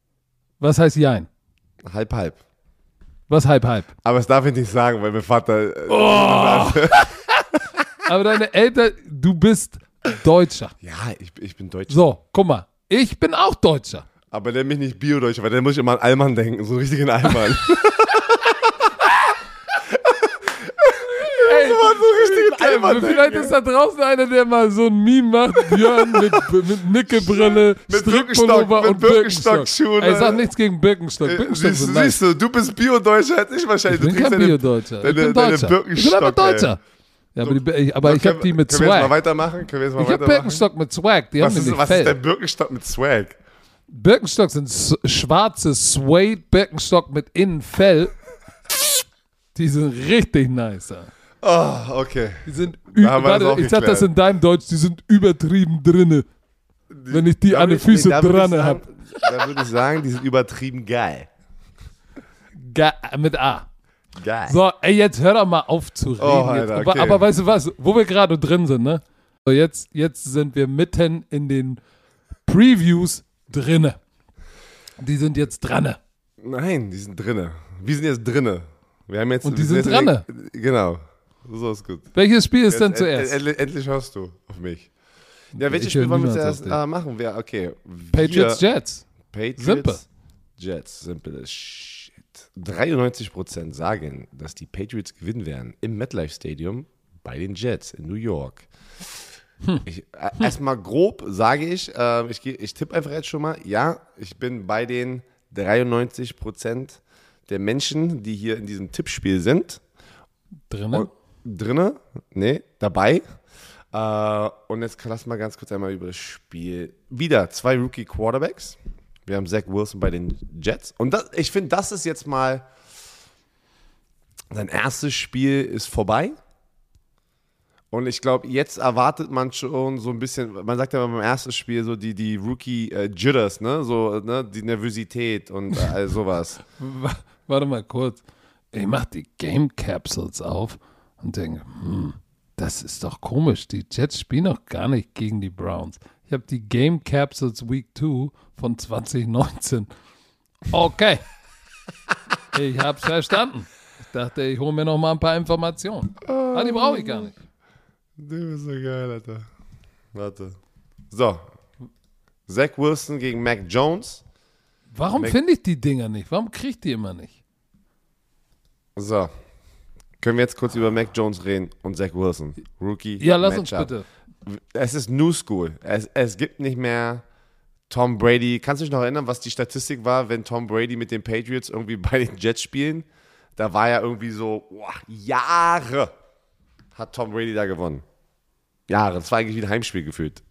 Was heißt Jein? Halb, halb. Was halb, halb? Aber das darf ich nicht sagen, weil mein Vater. Äh, Oh. Aber deine Eltern, du bist Deutscher. Ja, ich, ich bin Deutscher. So, guck mal. Ich bin auch Deutscher. Aber der mich nicht Bio-Deutscher, weil der muss ich immer an Allmann denken, so einen richtigen Allmann. Ey, so einen richtigen Ey, Allmann vielleicht denken. ist da draußen einer, der mal so ein Meme macht. Björn mit, mit Nickelbrille, Mit Strickpullover Birkenstock, mit und Birkenstock. Birkenstock-Schuhen, Ey, sag Alter. nichts gegen Birkenstock. Äh, Birkenstock Siehst, sind du, nice. siehst du, du bist Bio-Deutscher als ich wahrscheinlich. Ich bin du kein trägst deine, Bio-Deutscher. Deine, Ich bin deine Deutscher. Birkenstock, Ich bin aber ey. Deutscher. Ja, aber, die, ich- aber So, ich habe können- die mit Können wir jetzt mal Swag. weitermachen? Können wir jetzt mal Ich habe weitermachen? Birkenstock mit Swag. Die Was haben ist, nämlich was ist Fell. der Birkenstock mit Swag? Birkenstock sind s- schwarze Suede Birkenstock mit Innenfell. Die sind richtig nice. Alter. Oh, okay. Die sind Da haben wir das warte, auch ich sag das geklärt. in deinem Deutsch, die sind übertrieben drinne. Wenn ich die Da an den würd ich- Füßen da würd ich dran sagen- habe. Da würde ich sagen, die sind übertrieben geil. Mit A. Geil. So, ey, jetzt hör doch mal auf zu reden. Oh, jetzt. Alter, aber, okay. aber weißt du was, wo wir gerade drin sind, ne? So, jetzt, jetzt sind wir mitten in den Previews drinne. Die sind jetzt dranne. Nein, die sind drinne. Wir sind jetzt drinne. Wir haben jetzt, Und die wir sind jetzt dranne. in den- Genau. So ist gut. Welches Spiel ist denn Jetzt- zuerst? end- end- Endlich hörst du auf mich. Ja, welches Ich höre Spiel wollen wir niemals zuerst auf dich. äh, machen? Wir, okay. Wir- Patriots Jets. Patriots Simple. Jets. Simple. Shit. dreiundneunzig Prozent sagen, dass die Patriots gewinnen werden im MetLife Stadium bei den Jets in New York. Hm. Ich, äh, erstmal grob sage ich, äh, ich, geh- ich tippe einfach jetzt schon mal, ja, ich bin bei den dreiundneunzig Prozent der Menschen, die hier in diesem Tippspiel sind. Drinne. Und drinne, nee, dabei. Äh, und jetzt lass mal ganz kurz einmal über das Spiel. Wieder zwei Rookie Quarterbacks. Wir haben Zach Wilson bei den Jets. Und das, ich finde, das ist jetzt mal sein erstes Spiel ist vorbei. Und ich glaube, jetzt erwartet man schon so ein bisschen, man sagt ja beim ersten Spiel so die, die Rookie äh, Jitters, ne? So, ne? Die Nervosität und äh, all sowas. Wa- Warte mal kurz. Ich mach die Game Capsules auf und denke, hm, das ist doch komisch. Die Jets spielen noch gar nicht gegen die Browns. Ich habe die Game Capsules Week zwei von zwanzig neunzehn. Okay. Ich hab's verstanden. Ich dachte, ich hole mir noch mal ein paar Informationen. Ah, die brauche ich gar nicht. Du bist so geil, Alter. Warte. So. Zach Wilson gegen Mac Jones. Warum Mac- finde ich die Dinger nicht? Warum kriege ich die immer nicht? So. Können wir jetzt kurz über Mac Jones reden und Zach Wilson? Rookie. Ja, lass uns Matchup. bitte. Es ist New School. Es, es gibt nicht mehr Tom Brady. Kannst du dich noch erinnern, was die Statistik war, wenn Tom Brady mit den Patriots irgendwie bei den Jets spielen? Da war ja irgendwie so, boah, Jahre hat Tom Brady da gewonnen. Jahre. Das war eigentlich wie ein Heimspiel gefühlt.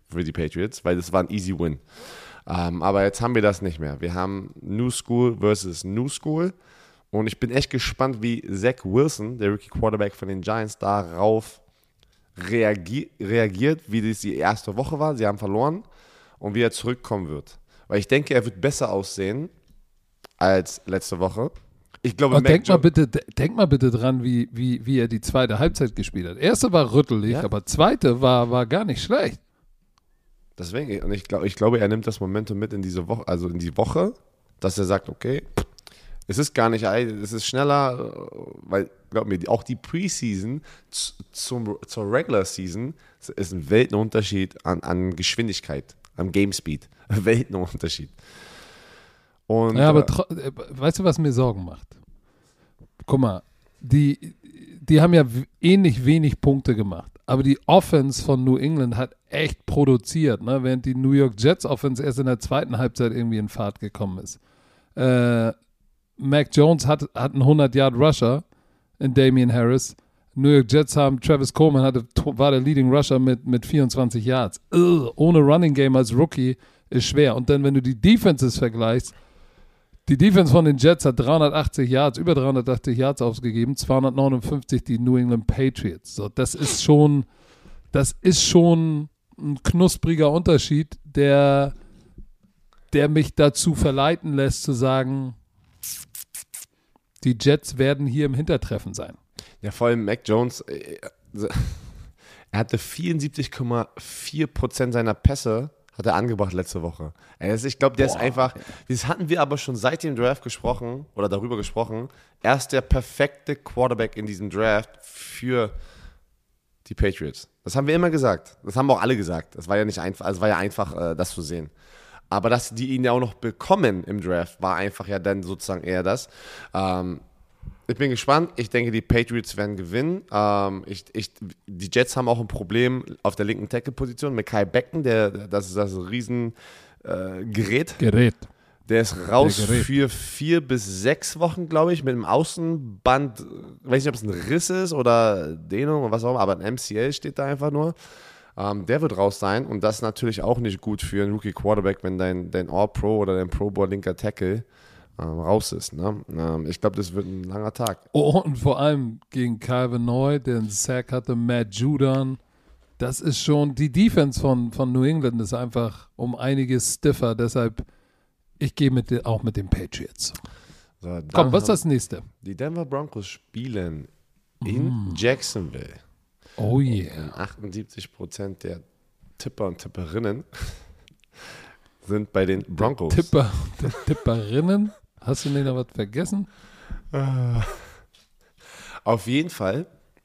für die Patriots, weil das war ein easy win. Ähm, aber jetzt haben wir das nicht mehr. Wir haben New School versus New School. Und ich bin echt gespannt, wie Zach Wilson, der Rookie Quarterback von den Giants, darauf reagi- reagiert, wie das die erste Woche war. Sie haben verloren und wie er zurückkommen wird. Weil ich denke, er wird besser aussehen als letzte Woche. Ich glaube, denk, mal bitte, denk mal bitte dran, wie, wie, wie er die zweite Halbzeit gespielt hat. Erste war rüttelig, ja? aber zweite war, war gar nicht schlecht. Deswegen, und ich, glaub, ich glaube, er nimmt das Momentum mit in diese Woche, also in die Woche, dass er sagt, okay, es ist gar nicht, es ist schneller, weil, glaub mir, auch die Preseason zum, zur Regular Season ist ein Weltenunterschied an, an Geschwindigkeit, am Game Speed. Weltenunterschied. Und, ja, aber tro- weißt du, was mir Sorgen macht? Guck mal, die, die haben ja ähnlich wenig Punkte gemacht, aber die Offense von New England hat echt produziert, ne? Während die New York Jets Offense erst in der zweiten Halbzeit irgendwie in Fahrt gekommen ist. Äh, Mac Jones hat, hat einen hundert-Yard-Rusher in Damian Harris. New York Jets haben, Travis Coleman hatte, war der Leading Rusher mit, mit vierundzwanzig Yards. Ugh, ohne Running Game als Rookie ist schwer. Und dann, wenn du die Defenses vergleichst, die Defense von den Jets hat dreihundertachtzig Yards, über dreihundertachtzig Yards ausgegeben, zweihundertneunundfünfzig die New England Patriots. So, das ist schon, das ist schon ein knuspriger Unterschied, der, der mich dazu verleiten lässt, zu sagen, die Jets werden hier im Hintertreffen sein. Ja, vor allem Mac Jones, äh, er hatte vierundsiebzig Komma vier Prozent seiner Pässe hat er angebracht letzte Woche. Also ich glaube, der Boah. ist einfach, das hatten wir aber schon seit dem Draft gesprochen oder darüber gesprochen, er ist der perfekte Quarterback in diesem Draft für die Patriots. Das haben wir immer gesagt. Das haben auch alle gesagt. Das war ja nicht einfach, also war ja einfach, äh, das zu sehen. Aber dass die ihn ja auch noch bekommen im Draft, war einfach ja dann sozusagen eher das. Ähm, ich bin gespannt. Ich denke, die Patriots werden gewinnen. Ähm, ich, ich, die Jets haben auch ein Problem auf der linken Tackle-Position mit Kyle Becken, der, das ist das riesen äh, Gerät. Gerät. Der ist raus der für vier bis sechs Wochen, glaube ich, mit einem Außenband. Ich weiß nicht, ob es ein Riss ist oder Dehnung oder was auch immer, aber ein M C L steht da einfach nur. Ähm, der wird raus sein und das ist natürlich auch nicht gut für einen Rookie-Quarterback, wenn dein, dein All-Pro oder dein Pro-Bowl-linker Tackle ähm, raus ist. Ne? Ähm, ich glaube, das wird ein langer Tag. Oh, und vor allem gegen Calvin Neu, der einen Sack hatte, Matt Judon. Das ist schon, die Defense von, von New England ist einfach um einiges stiffer, deshalb ich gehe mit, auch mit den Patriots. So, Komm, was ist das nächste? Die Denver Broncos spielen in mm. Jacksonville. Oh yeah. Und achtundsiebzig Prozent der Tipper und Tipperinnen sind bei den Broncos. Der Tipper der Tipperinnen? Hast du denn da was vergessen? Auf jeden Fall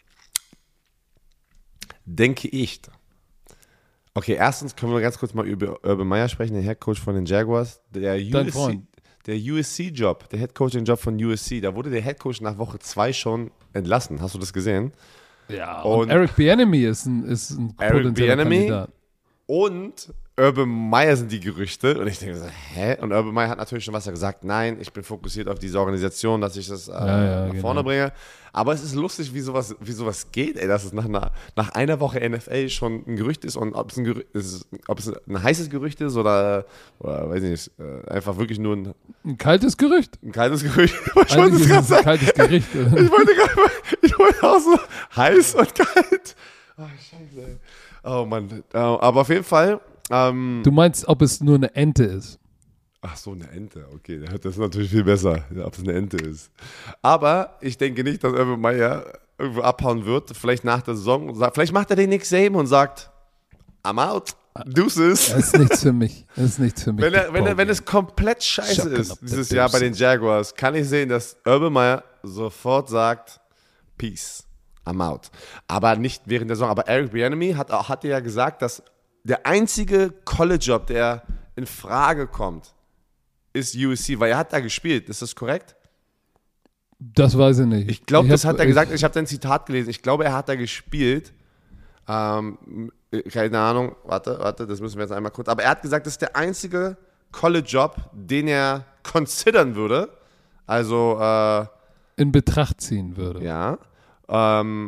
denke ich. Okay, erstens können wir ganz kurz mal über Urban Meyer sprechen, den Headcoach von den Jaguars. Der U S C, der U S C-Job, der Headcoaching-Job von U S C, da wurde der Headcoach nach Woche zwei schon entlassen. Hast du das gesehen? Ja, und, und Eric Bieniemy ist ein, ist ein potenzieller Kandidat. Und Urban Meyer sind die Gerüchte. Und ich denke so, hä? Und Urban Meyer hat natürlich schon was gesagt. Nein, ich bin fokussiert auf diese Organisation, dass ich das äh, ja, ja, nach vorne genau. bringe. Aber es ist lustig, wie sowas, wie sowas geht, ey, dass es nach einer, nach einer Woche N F L schon ein Gerücht ist und ob es ein, Gerü- ist, ob es ein heißes Gerücht ist oder, oder weiß ich nicht, äh, einfach wirklich nur ein... Ein kaltes Gerücht? Ein kaltes Gerücht. Ich wollte es gerade ein kaltes Gerücht. ich wollte gerade mal, ich wollte auch so heiß und kalt. Oh, scheiße, ey. Oh Mann. Aber auf jeden Fall... Ähm, du meinst, ob es nur eine Ente ist? Ach so, eine Ente. Okay, das ist natürlich viel besser, ob es eine Ente ist. Aber ich denke nicht, dass Urban Meyer irgendwo abhauen wird. Vielleicht nach der Saison. Vielleicht macht er den Nick Saban und sagt, I'm out. Deuces. Das ist nichts für mich. Das ist nichts für mich. Wenn, er, wenn, er, wenn es komplett scheiße ist, dieses Jahr bei den Jaguars, kann ich sehen, dass Urban Meyer sofort sagt, Peace, I'm out. Aber nicht während der Saison. Aber Eric Bieniemy hat, hat ja gesagt, dass der einzige College-Job, der in Frage kommt, ist U S C, weil er hat da gespielt. Ist das korrekt? Das weiß ich nicht. Ich glaube, das hab, hat er gesagt. Ich, ich habe sein Zitat gelesen. Ich glaube, er hat da gespielt. Ähm, keine Ahnung. Warte, warte, das müssen wir jetzt einmal kurz. Aber er hat gesagt, das ist der einzige College-Job, den er considern würde. Also äh, in Betracht ziehen würde. Ja. Ähm,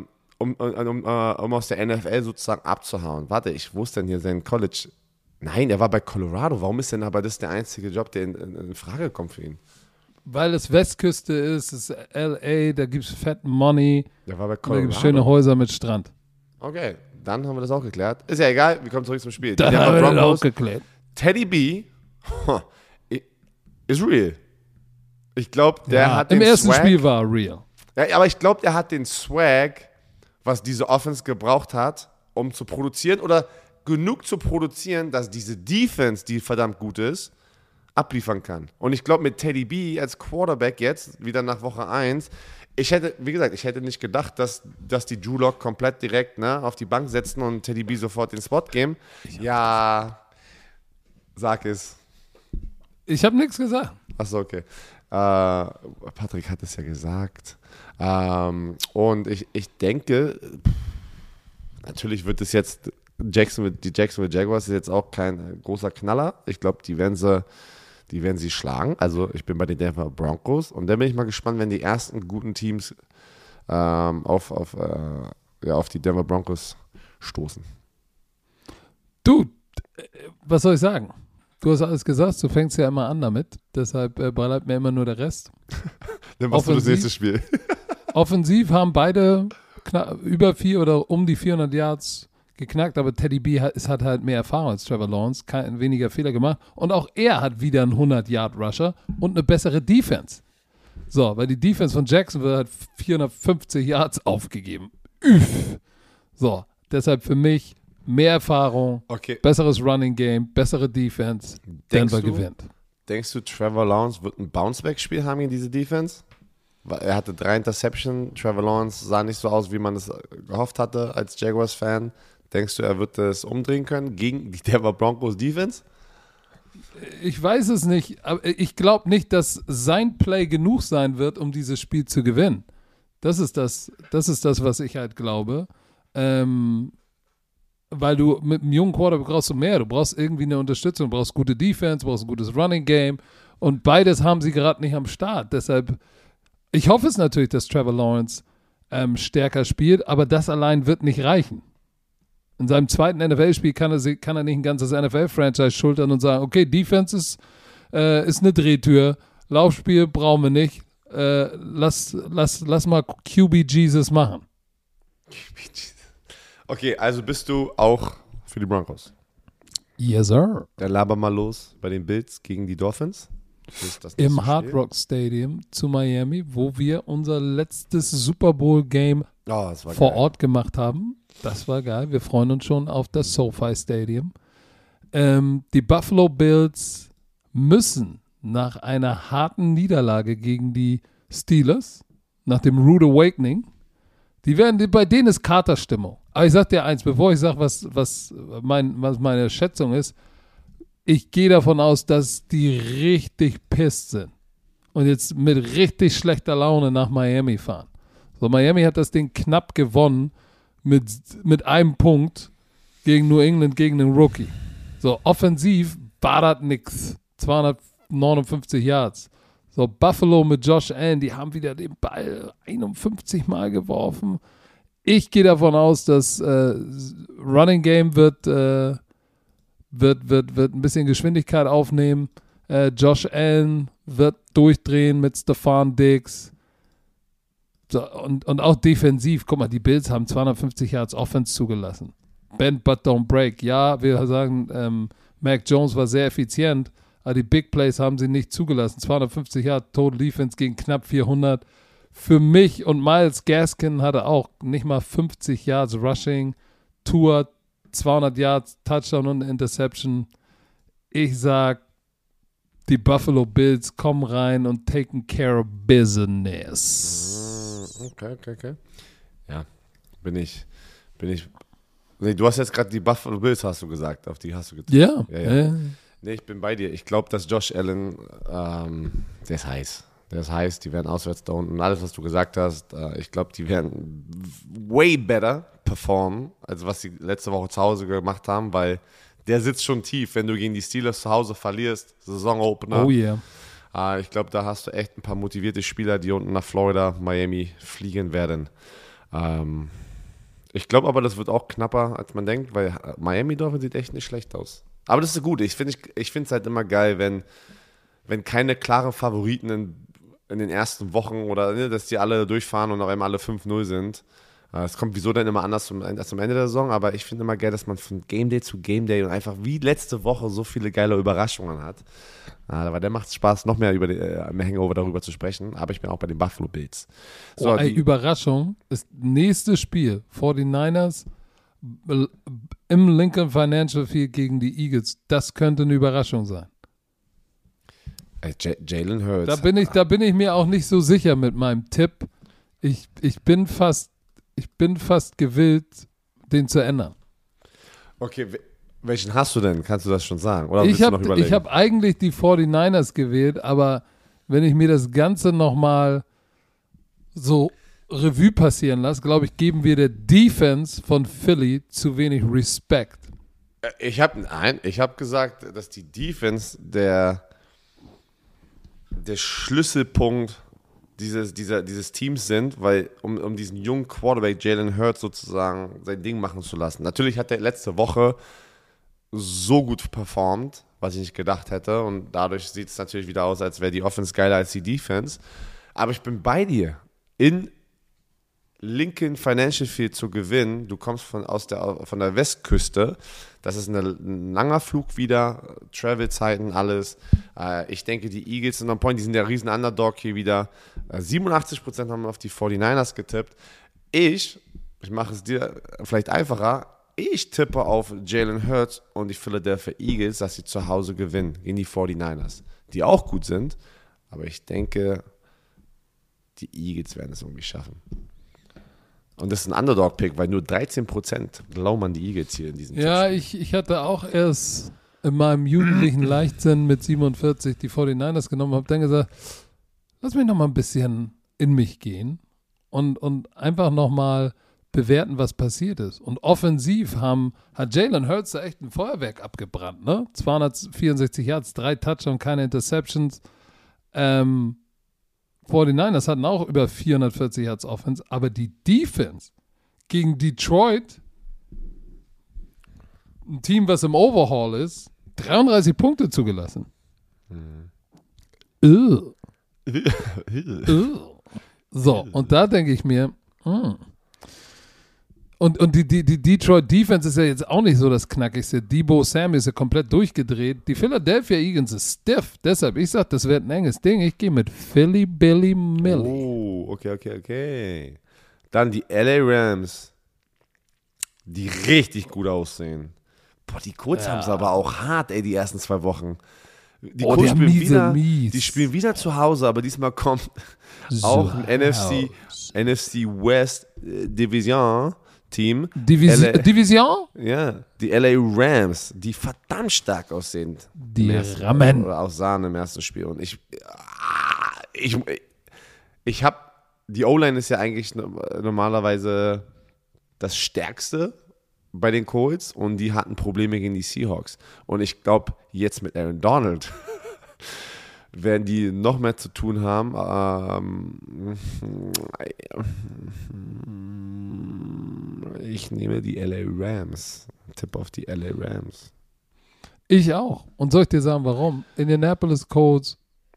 um, um, um, um aus der N F L sozusagen abzuhauen. Warte, ich wusste denn hier sein College? Nein, er war bei Colorado. Warum ist denn aber das der einzige Job, der in, in, in Frage kommt für ihn? Weil es Westküste ist, es ist L A, da gibt es Fat Money. Der war bei Colorado. Da gibt es schöne Häuser mit Strand. Okay, dann haben wir das auch geklärt. Ist ja egal, wir kommen zurück zum Spiel. Dann haben wir das auch geklärt. Teddy B ist real. Ich glaube, der ja, hat den im ersten Swag, Spiel war er real. Ja, aber ich glaube, der hat den Swag, was diese Offense gebraucht hat, um zu produzieren oder genug zu produzieren, dass diese Defense, die verdammt gut ist, abliefern kann. Und ich glaube, mit Teddy B als Quarterback jetzt, wieder nach Woche eins, ich hätte, wie gesagt, ich hätte nicht gedacht, dass, dass die Drew Lock komplett direkt ne, auf die Bank setzen und Teddy B sofort den Spot geben. Ja, sag es. Ich habe nichts gesagt. Achso, okay. Äh, Patrick hat es ja gesagt. Ähm, und ich, ich denke, pff, natürlich wird es jetzt, Jacksonville, die Jacksonville Jaguars ist jetzt auch kein großer Knaller. Ich glaube, die werden sie, die werden sie schlagen. Also ich bin bei den Denver Broncos und dann bin ich mal gespannt, wenn die ersten guten Teams ähm, auf, auf, äh, ja, auf die Denver Broncos stoßen. Du, was soll ich sagen? Du hast alles gesagt, du fängst ja immer an damit. Deshalb äh, bleibt mir immer nur der Rest. Dann machst du das nächste Spiel. Offensiv haben beide knapp, über vier oder um die vierhundert Yards geknackt, aber Teddy B hat, es hat halt mehr Erfahrung als Trevor Lawrence, kein weniger Fehler gemacht und auch er hat wieder einen hundert-Yard-Rusher und eine bessere Defense. So, weil die Defense von Jacksonville hat vierhundertfünfzig Yards aufgegeben. Üff. So, deshalb für mich mehr Erfahrung, okay. Besseres Running Game, bessere Defense, Denver denkst du, gewinnt. Denkst du, Trevor Lawrence wird ein Bounceback-Spiel haben in diese Defense? Weil er hatte drei Interceptions, Trevor Lawrence sah nicht so aus, wie man es gehofft hatte als Jaguars-Fan. Denkst du, er wird das umdrehen können gegen die Denver Broncos Defense? Ich weiß es nicht, aber ich glaube nicht, dass sein Play genug sein wird, um dieses Spiel zu gewinnen. Das ist das, das ist das, was ich halt glaube. Ähm, weil du mit einem jungen Quarterback brauchst du mehr. Du brauchst irgendwie eine Unterstützung, du brauchst gute Defense, du brauchst ein gutes Running Game und beides haben sie gerade nicht am Start. Deshalb, ich hoffe es natürlich, dass Trevor Lawrence ähm, stärker spielt, aber das allein wird nicht reichen. In seinem zweiten N F L-Spiel kann er, kann er nicht ein ganzes N F L-Franchise schultern und sagen, okay, Defense ist, äh, ist eine Drehtür, Laufspiel brauchen wir nicht, äh, lass, lass, lass mal Q B Jesus machen. Q B Jesus. Okay, also bist du auch für die Broncos? Yes, sir. Dann laber mal los bei den Bills gegen die Dolphins. Im Hard Rock Stadium zu Miami, wo wir unser letztes Super Bowl Game oh, vor geil. Ort gemacht haben. Das war geil. Wir freuen uns schon auf das SoFi Stadium. Ähm, die Buffalo Bills müssen nach einer harten Niederlage gegen die Steelers, nach dem Rude Awakening, die werden, bei denen ist Katerstimmung. Aber ich sag dir eins, bevor ich sage, was, was, mein, was meine Schätzung ist, ich gehe davon aus, dass die richtig pisst sind und jetzt mit richtig schlechter Laune nach Miami fahren. So, Miami hat das Ding knapp gewonnen mit, mit einem Punkt gegen New England, gegen den Rookie. So, offensiv war das nix. zweihundertneunundfünfzig Yards. So, Buffalo mit Josh Allen, die haben wieder den Ball einundfünfzig Mal geworfen. Ich gehe davon aus, dass äh, Running Game wird, äh, wird, wird, wird ein bisschen Geschwindigkeit aufnehmen. Äh, Josh Allen wird durchdrehen mit Stefan Diggs. So, und, und auch defensiv, guck mal, die Bills haben zweihundertfünfzig Yards Offense zugelassen. Bend but don't break. Ja, wir sagen, ähm, Mac Jones war sehr effizient, aber die Big Plays haben sie nicht zugelassen. zweihundertfünfzig Yards Total Defense gegen knapp vierhundert. Für mich und Myles Gaskin hatte auch nicht mal fünfzig Yards Rushing. Tour zweihundert Yards, Touchdown und Interception. Ich sag, die Buffalo Bills kommen rein und taken care of business. Okay, okay, okay. Ja, bin ich, bin ich, nee, du hast jetzt gerade die Buffalo Bills, hast du gesagt, auf die hast du getippt. Ja. ja, ja. ja. Nee, ich bin bei dir. Ich glaube, dass Josh Allen, ähm, der ist heiß. Der ist heiß, die werden auswärts da unten. Alles, was du gesagt hast, äh, ich glaube, die werden way better performen, als was sie letzte Woche zu Hause gemacht haben, weil der sitzt schon tief, wenn du gegen die Steelers zu Hause verlierst, Saisonopener. Oh yeah. Äh, ich glaube, da hast du echt ein paar motivierte Spieler, die unten nach Florida, Miami fliegen werden. Ähm, Ich glaube aber, das wird auch knapper, als man denkt, weil Miami Dolphins sieht echt nicht schlecht aus. Aber das ist gut. Ich finde ich, ich es halt immer geil, wenn, wenn keine klaren Favoriten in, in den ersten Wochen oder ne, dass die alle durchfahren und auf einmal alle fünf null sind. Es kommt wieso dann immer anders zum, als zum Ende der Saison, aber ich finde immer geil, dass man von Game Day zu Game Day und einfach wie letzte Woche so viele geile Überraschungen hat. Aber der macht es Spaß, noch mehr über die, äh, im Hangover darüber zu sprechen. Aber ich bin auch bei den Buffalo Bills. So, oh, ey, die Überraschung, das nächste Spiel, forty-niners im Lincoln Financial Field gegen die Eagles, das könnte eine Überraschung sein. J- Jalen Hurts. Da bin ich, da bin ich mir auch nicht so sicher mit meinem Tipp. Ich, ich bin fast Ich bin fast gewillt, den zu ändern. Okay, welchen hast du denn? Kannst du das schon sagen? Oder ich habe hab eigentlich die forty-niners gewählt, aber wenn ich mir das Ganze nochmal so Revue passieren lasse, glaube ich, geben wir der Defense von Philly zu wenig Respekt. Ich habe nein, ich habe gesagt, dass die Defense der, der Schlüsselpunkt Dieses, dieser, dieses Teams sind, weil um, um diesen jungen Quarterback Jalen Hurts sozusagen sein Ding machen zu lassen. Natürlich hat er letzte Woche so gut performt, was ich nicht gedacht hätte, und dadurch sieht es natürlich wieder aus, als wäre die Offense geiler als die Defense. Aber ich bin bei dir. In Lincoln Financial Field zu gewinnen, du kommst von, aus der, von der Westküste, das ist eine, ein langer Flug wieder, Travel-Zeiten, alles. Äh, ich denke, die Eagles sind on point, die sind der riesen Underdog hier wieder. Äh, siebenundachtzig Prozent haben auf die forty-niners getippt. Ich, ich mache es dir vielleicht einfacher, ich tippe auf Jalen Hurts und die Philadelphia Eagles, dass sie zu Hause gewinnen gegen die forty-niners, die auch gut sind, aber ich denke, die Eagles werden es irgendwie schaffen. Und das ist ein Underdog-Pick, weil nur dreizehn Prozent glauben an die Eagles hier in diesem Ja, ich, ich hatte auch erst in meinem jugendlichen Leichtsinn mit siebenundvierzig die forty-niners genommen, habe dann gesagt, lass mich noch mal ein bisschen in mich gehen und, und einfach noch mal bewerten, was passiert ist. Und offensiv haben, hat Jalen Hurts da echt ein Feuerwerk abgebrannt, ne? zweihundertvierundsechzig Yards, drei Touchdowns, keine Interceptions. Ähm, forty-niners hatten auch über vierhundertvierzig Yards Offense, aber die Defense gegen Detroit, ein Team, was im Overhaul ist, dreiunddreißig Punkte zugelassen. Hm. Ugh. Ugh. So, und da denke ich mir, mh. Und, und die, die, die Detroit Defense ist ja jetzt auch nicht so das Knackigste. Deebo Samuel ist ja komplett durchgedreht. Die Philadelphia Eagles ist stiff. Deshalb, ich sage, das wird ein enges Ding. Ich gehe mit Philly Billy Millie. Oh, okay, okay, okay. Dann die L A Rams, die richtig gut aussehen. Boah, die Colts ja. haben es aber auch hart, ey, die ersten zwei Wochen. Die oh, Colts die, spielen miese, wieder, mies. die spielen wieder zu Hause, aber diesmal kommt so auch ein N F C, house. N F C West äh, Division Team. Divisi- L A, Division? Ja, die L A Rams, die verdammt stark aussehen. Die ersten, Rammen. Oder aussahen im ersten Spiel. Und ich, ich, ich habe, die O-Line ist ja eigentlich normalerweise das Stärkste bei den Colts und die hatten Probleme gegen die Seahawks. Und ich glaube, jetzt mit Aaron Donald werden die noch mehr zu tun haben. Ähm, ich nehme die L A Rams. Tipp auf die L A Rams. Ich auch. Und soll ich dir sagen, warum? Indianapolis Colts,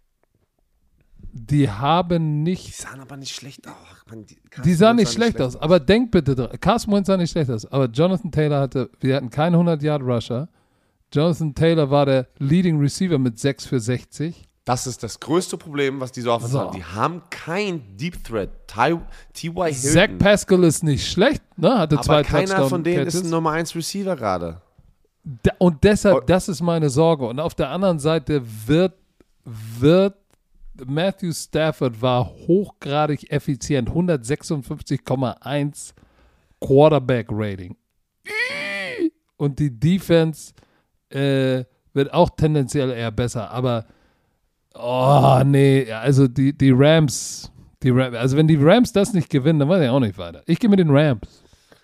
die haben nicht... Die sahen aber nicht schlecht aus. Man, die die sahen nicht schlecht aus, aus, aber denk bitte dran. Carson Wentz sah nicht schlecht aus, aber Jonathan Taylor hatte, wir hatten keinen hundert-Yard-Rusher. Jonathan Taylor war der Leading Receiver mit sechs für sechzig. Das ist das größte Problem, was die so offen also. haben. Die haben kein Deep Threat. T Y. Hilton. Zach Pascal ist nicht schlecht, ne? Hatte aber zwei keiner Touchdown von denen Catches. ist ein Nummer eins Receiver gerade. Und deshalb, das ist meine Sorge. Und auf der anderen Seite wird, wird Matthew Stafford war hochgradig effizient. hundertsechsundfünfzig Komma eins Quarterback-Rating. Und die Defense äh, wird auch tendenziell eher besser. Aber oh, nee, also die, die Rams, die Rams, also wenn die Rams das nicht gewinnen, dann weiß ich auch nicht weiter. Ich gehe mit den Rams.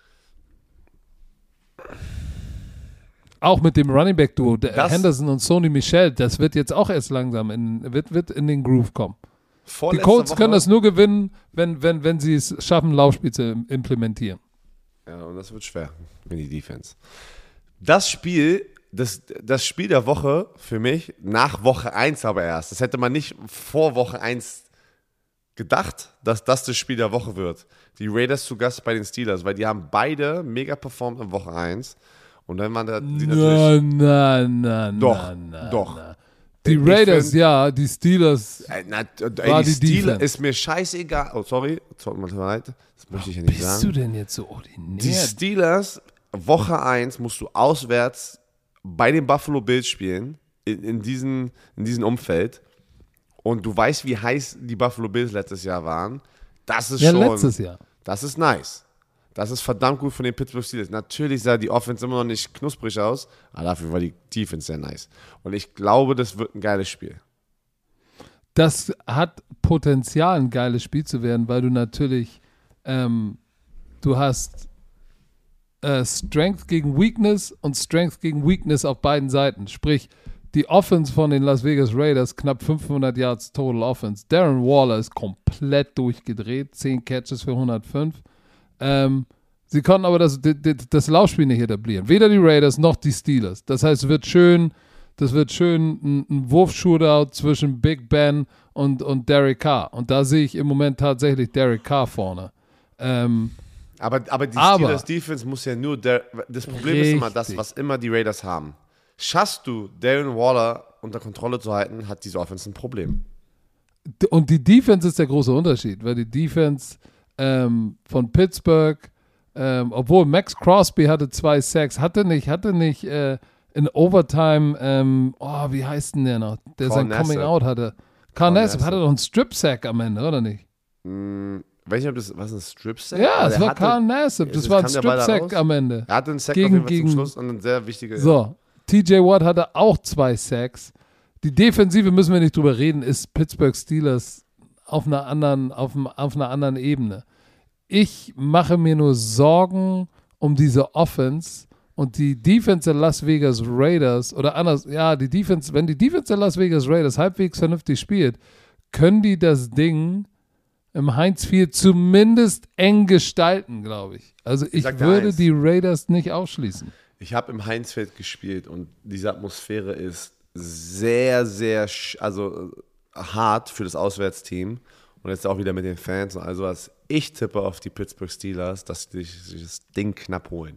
Auch mit dem Running Back Duo, der Henderson und Sony Michel, das wird jetzt auch erst langsam in, wird, wird in den Groove kommen. Die Colts Woche können das nur gewinnen, wenn, wenn, wenn sie es schaffen, Laufspiel zu implementieren. Ja, und das wird schwer in die Defense. Das Spiel, das, das Spiel der Woche für mich, nach Woche eins aber erst. Das hätte man nicht vor Woche eins gedacht, dass das das Spiel der Woche wird. Die Raiders zu Gast bei den Steelers, weil die haben beide mega performt in Woche eins. Und dann waren da die natürlich... Na, na, na, Doch, na, doch. Na. Die Ich Raiders, find- ja, die Steelers. Ey, na, War ey, die die Steelers Defense. ist mir scheißegal. Oh, sorry. Tut mir leid. Das möchte ich ja nicht Bist sagen. du denn jetzt so ordinär? Die Steelers, Woche eins musst du auswärts bei den Buffalo Bills spielen, in, in, diesen, in diesem Umfeld. Und du weißt, wie heiß die Buffalo Bills letztes Jahr waren. Das ist ja, schon, letztes Jahr. das ist nice. Das ist verdammt gut von den Pittsburgh Steelers. Natürlich sah die Offense immer noch nicht knusprig aus, aber dafür war die Defense sehr nice. Und ich glaube, das wird ein geiles Spiel. Das hat Potenzial, ein geiles Spiel zu werden, weil du natürlich, ähm, du hast äh, Strength gegen Weakness und Strength gegen Weakness auf beiden Seiten. Sprich, die Offense von den Las Vegas Raiders, knapp fünfhundert Yards Total Offense. Darren Waller ist komplett durchgedreht, zehn Catches für hundertfünf. Ähm, sie konnten aber das, das, das Laufspiel nicht etablieren. Weder die Raiders noch die Steelers. Das heißt, es wird schön, das wird schön ein, ein Wurf-Shootout zwischen Big Ben und, und Derek Carr. Und da sehe ich im Moment tatsächlich Derek Carr vorne. Ähm, Aber, aber die Aber- Steelers Defense muss ja nur, der, das Problem ist immer das, Richtig. was immer die Raiders haben. Schaffst du, Darren Waller unter Kontrolle zu halten, hat diese Offense ein Problem. D- Und die Defense ist der große Unterschied, weil die Defense ähm, von Pittsburgh, ähm, obwohl Max Crosby hatte zwei Sacks, hatte nicht, hatte nicht äh, in Overtime, ähm, oh, wie heißt denn der noch, der Carl sein Nassib. Coming Out hatte. Carl Carl Nassib Nassib. hatte doch einen Strip-Sack am Ende, oder nicht? Hm, weiß nicht, ob das, was ein Strip-Sack? Ja, Aber es der war hatte- Carl Nassib, es- das es war ein kam der Ball da Strip-Sack raus? am Ende. Er hatte einen Sack Gegen- auf jeden Fall gegen- zum Schluss und ein sehr wichtiger. So, T J Watt hatte auch zwei Sacks. Die Defensive, müssen wir nicht drüber reden, ist Pittsburgh Steelers auf einer anderen, auf, einem- auf einer anderen Ebene. Ich mache mir nur Sorgen um diese Offense und die Defense der Las Vegas Raiders, oder anders, ja, die Defense, wenn die Defense der Las Vegas Raiders halbwegs vernünftig spielt, können die das Ding im Heinz Field zumindest eng gestalten, glaube ich. Also ich sag dir würde eins. die Raiders nicht ausschließen. Ich habe im Heinzfeld gespielt und diese Atmosphäre ist sehr, sehr sch- also äh, hart für das Auswärtsteam. Und jetzt auch wieder mit den Fans und all sowas. Ich tippe auf die Pittsburgh Steelers, dass sie sich sich das Ding knapp holen.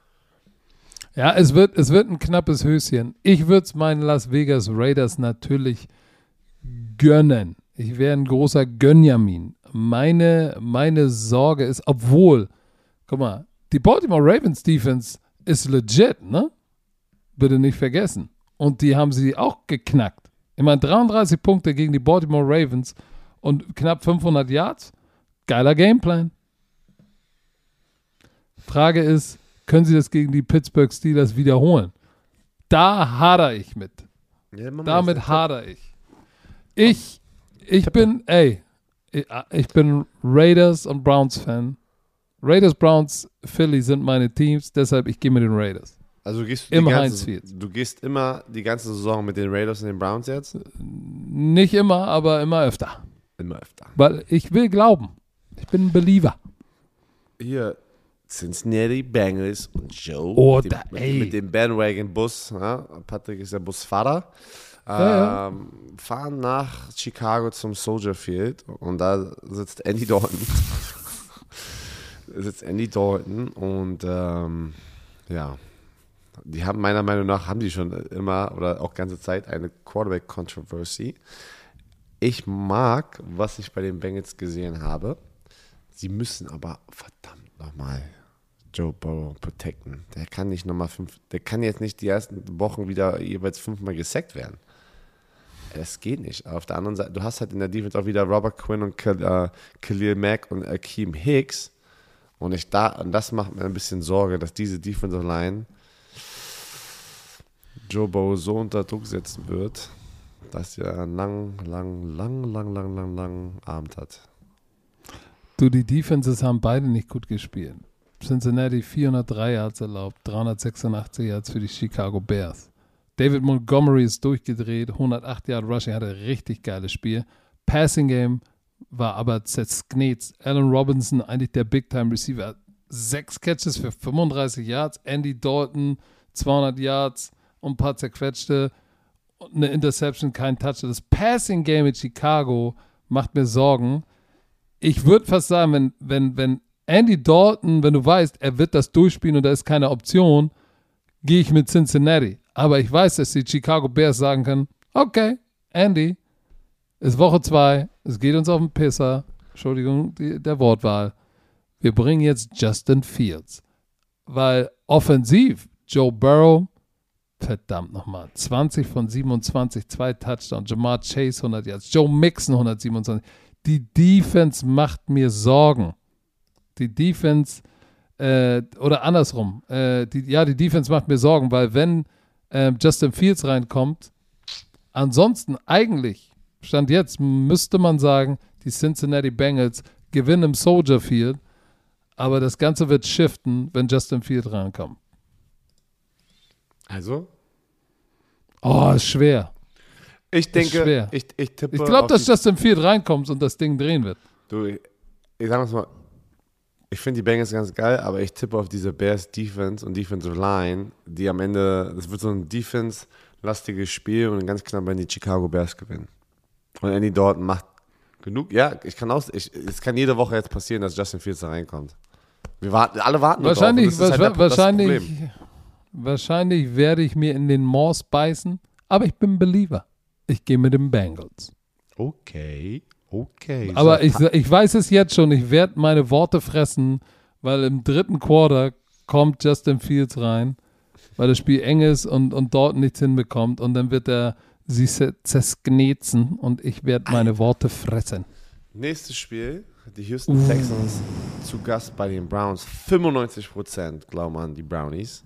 Ja, es wird, es wird ein knappes Höschen. Ich würde es meinen Las Vegas Raiders natürlich gönnen. Ich wäre ein großer Gönjamin. Meine, meine Sorge ist, obwohl, guck mal, die Baltimore Ravens Defense ist legit, ne? Bitte nicht vergessen. Und die haben sie auch geknackt. Ich meine, dreiunddreißig Punkte gegen die Baltimore Ravens und knapp fünfhundert Yards. Geiler Gameplan. Frage ist, können sie das gegen die Pittsburgh Steelers wiederholen? Da hader ich mit. Ja, Mama, Damit das- hader ich. Ich, ich bin, ey, ich, ich bin Raiders und Browns Fan. Raiders, Browns, Philly sind meine Teams, deshalb ich gehe mit den Raiders. Also du gehst, Im die Heinz ganze, Field. du gehst immer die ganze Saison mit den Raiders und den Browns jetzt? Nicht immer, aber immer öfter. Immer öfter. Weil ich will glauben. Ich bin ein Believer. Hier, Cincinnati Bengals und Joe Oh, mit, dem, da- mit, ey. mit dem Bandwagon-Bus. Ja? Patrick ist der Busfahrer. Ja, Ähm, fahren nach Chicago zum Soldier Field und da sitzt Andy Dalton. sitzt Andy Dalton und ähm, ja, die haben meiner Meinung nach, haben die schon immer oder auch ganze Zeit eine Quarterback-Controversy. Ich mag, was ich bei den Bengals gesehen habe. Sie müssen aber verdammt nochmal Joe Burrow protecten. Der kann nicht nochmal fünf, der kann jetzt nicht die ersten Wochen wieder jeweils fünfmal gesackt werden. Das geht nicht. Auf der anderen Seite, du hast halt in der Defense auch wieder Robert Quinn und Khal- äh, Khalil Mack und Akeem Hicks. Und ich da, und das macht mir ein bisschen Sorge, dass diese Defensive Line Joe Burrow so unter Druck setzen wird, dass er einen lang, lang, lang, lang, lang, lang, lang Abend hat. Du, die Defenses haben beide nicht gut gespielt. Cincinnati vierhundertdrei Yards erlaubt, dreihundertsechsundachtzig Yards für die Chicago Bears. David Montgomery ist durchgedreht, hundertacht Yard Rushing, hatte ein richtig geiles Spiel. Passing Game war aber zersknetzt. Allen Robinson, eigentlich der Big-Time-Receiver, sechs Catches für fünfunddreißig Yards, Andy Dalton zweihundert Yards und ein paar zerquetschte, eine Interception, kein Touchdown. Das Passing-Game mit Chicago macht mir Sorgen. Ich würde fast sagen, wenn, wenn, wenn Andy Dalton, wenn du weißt, er wird das durchspielen und da ist keine Option, gehe ich mit Cincinnati. Aber ich weiß, dass die Chicago Bears sagen können, okay, Andy, ist Woche zwei, es geht uns auf den Pisser, Entschuldigung die, der Wortwahl, wir bringen jetzt Justin Fields. Weil offensiv, Joe Burrow, verdammt nochmal, zwanzig von siebenundzwanzig, zwei Touchdowns, Jamar Chase hundert Yards, Joe Mixon hundertsiebenundzwanzig. Die Defense macht mir Sorgen. Die Defense, äh, oder andersrum, äh, die, ja, die Defense macht mir Sorgen, weil wenn äh, Justin Fields reinkommt, ansonsten eigentlich, Stand jetzt, müsste man sagen, die Cincinnati Bengals gewinnen im Soldier Field, aber das Ganze wird shiften, wenn Justin Fields reinkommt. Also? Oh, ist schwer. Ich denke, schwer. ich, ich tippe. Ich glaube, dass Justin Fields reinkommt und das Ding drehen wird. Du, ich, ich sag mal, ich finde die Bengals ganz geil, aber ich tippe auf diese Bears Defense und Defensive Line, die am Ende, das wird so ein Defense-lastiges Spiel und ganz knapp werden die Chicago Bears gewinnen. Und Andy Dalton macht genug, ja, ich kann auch, ich, es kann jede Woche jetzt passieren, dass Justin Fields da reinkommt. Wir warten, alle warten wahrscheinlich, drauf. Das halt wahrscheinlich, das wahrscheinlich werde ich mir in den Morse beißen, aber ich bin ein Believer. Ich gehe mit den Bengals. Okay, okay. Aber ich, ich weiß es jetzt schon, ich werde meine Worte fressen, weil im dritten Quarter kommt Justin Fields rein, weil das Spiel eng ist und, und Dalton nichts hinbekommt und dann wird er sie zersknetzen und ich werde meine Worte fressen. Nächstes Spiel, die Houston uh. Texans zu Gast bei den Browns. fünfundneunzig Prozent glauben an die Brownies.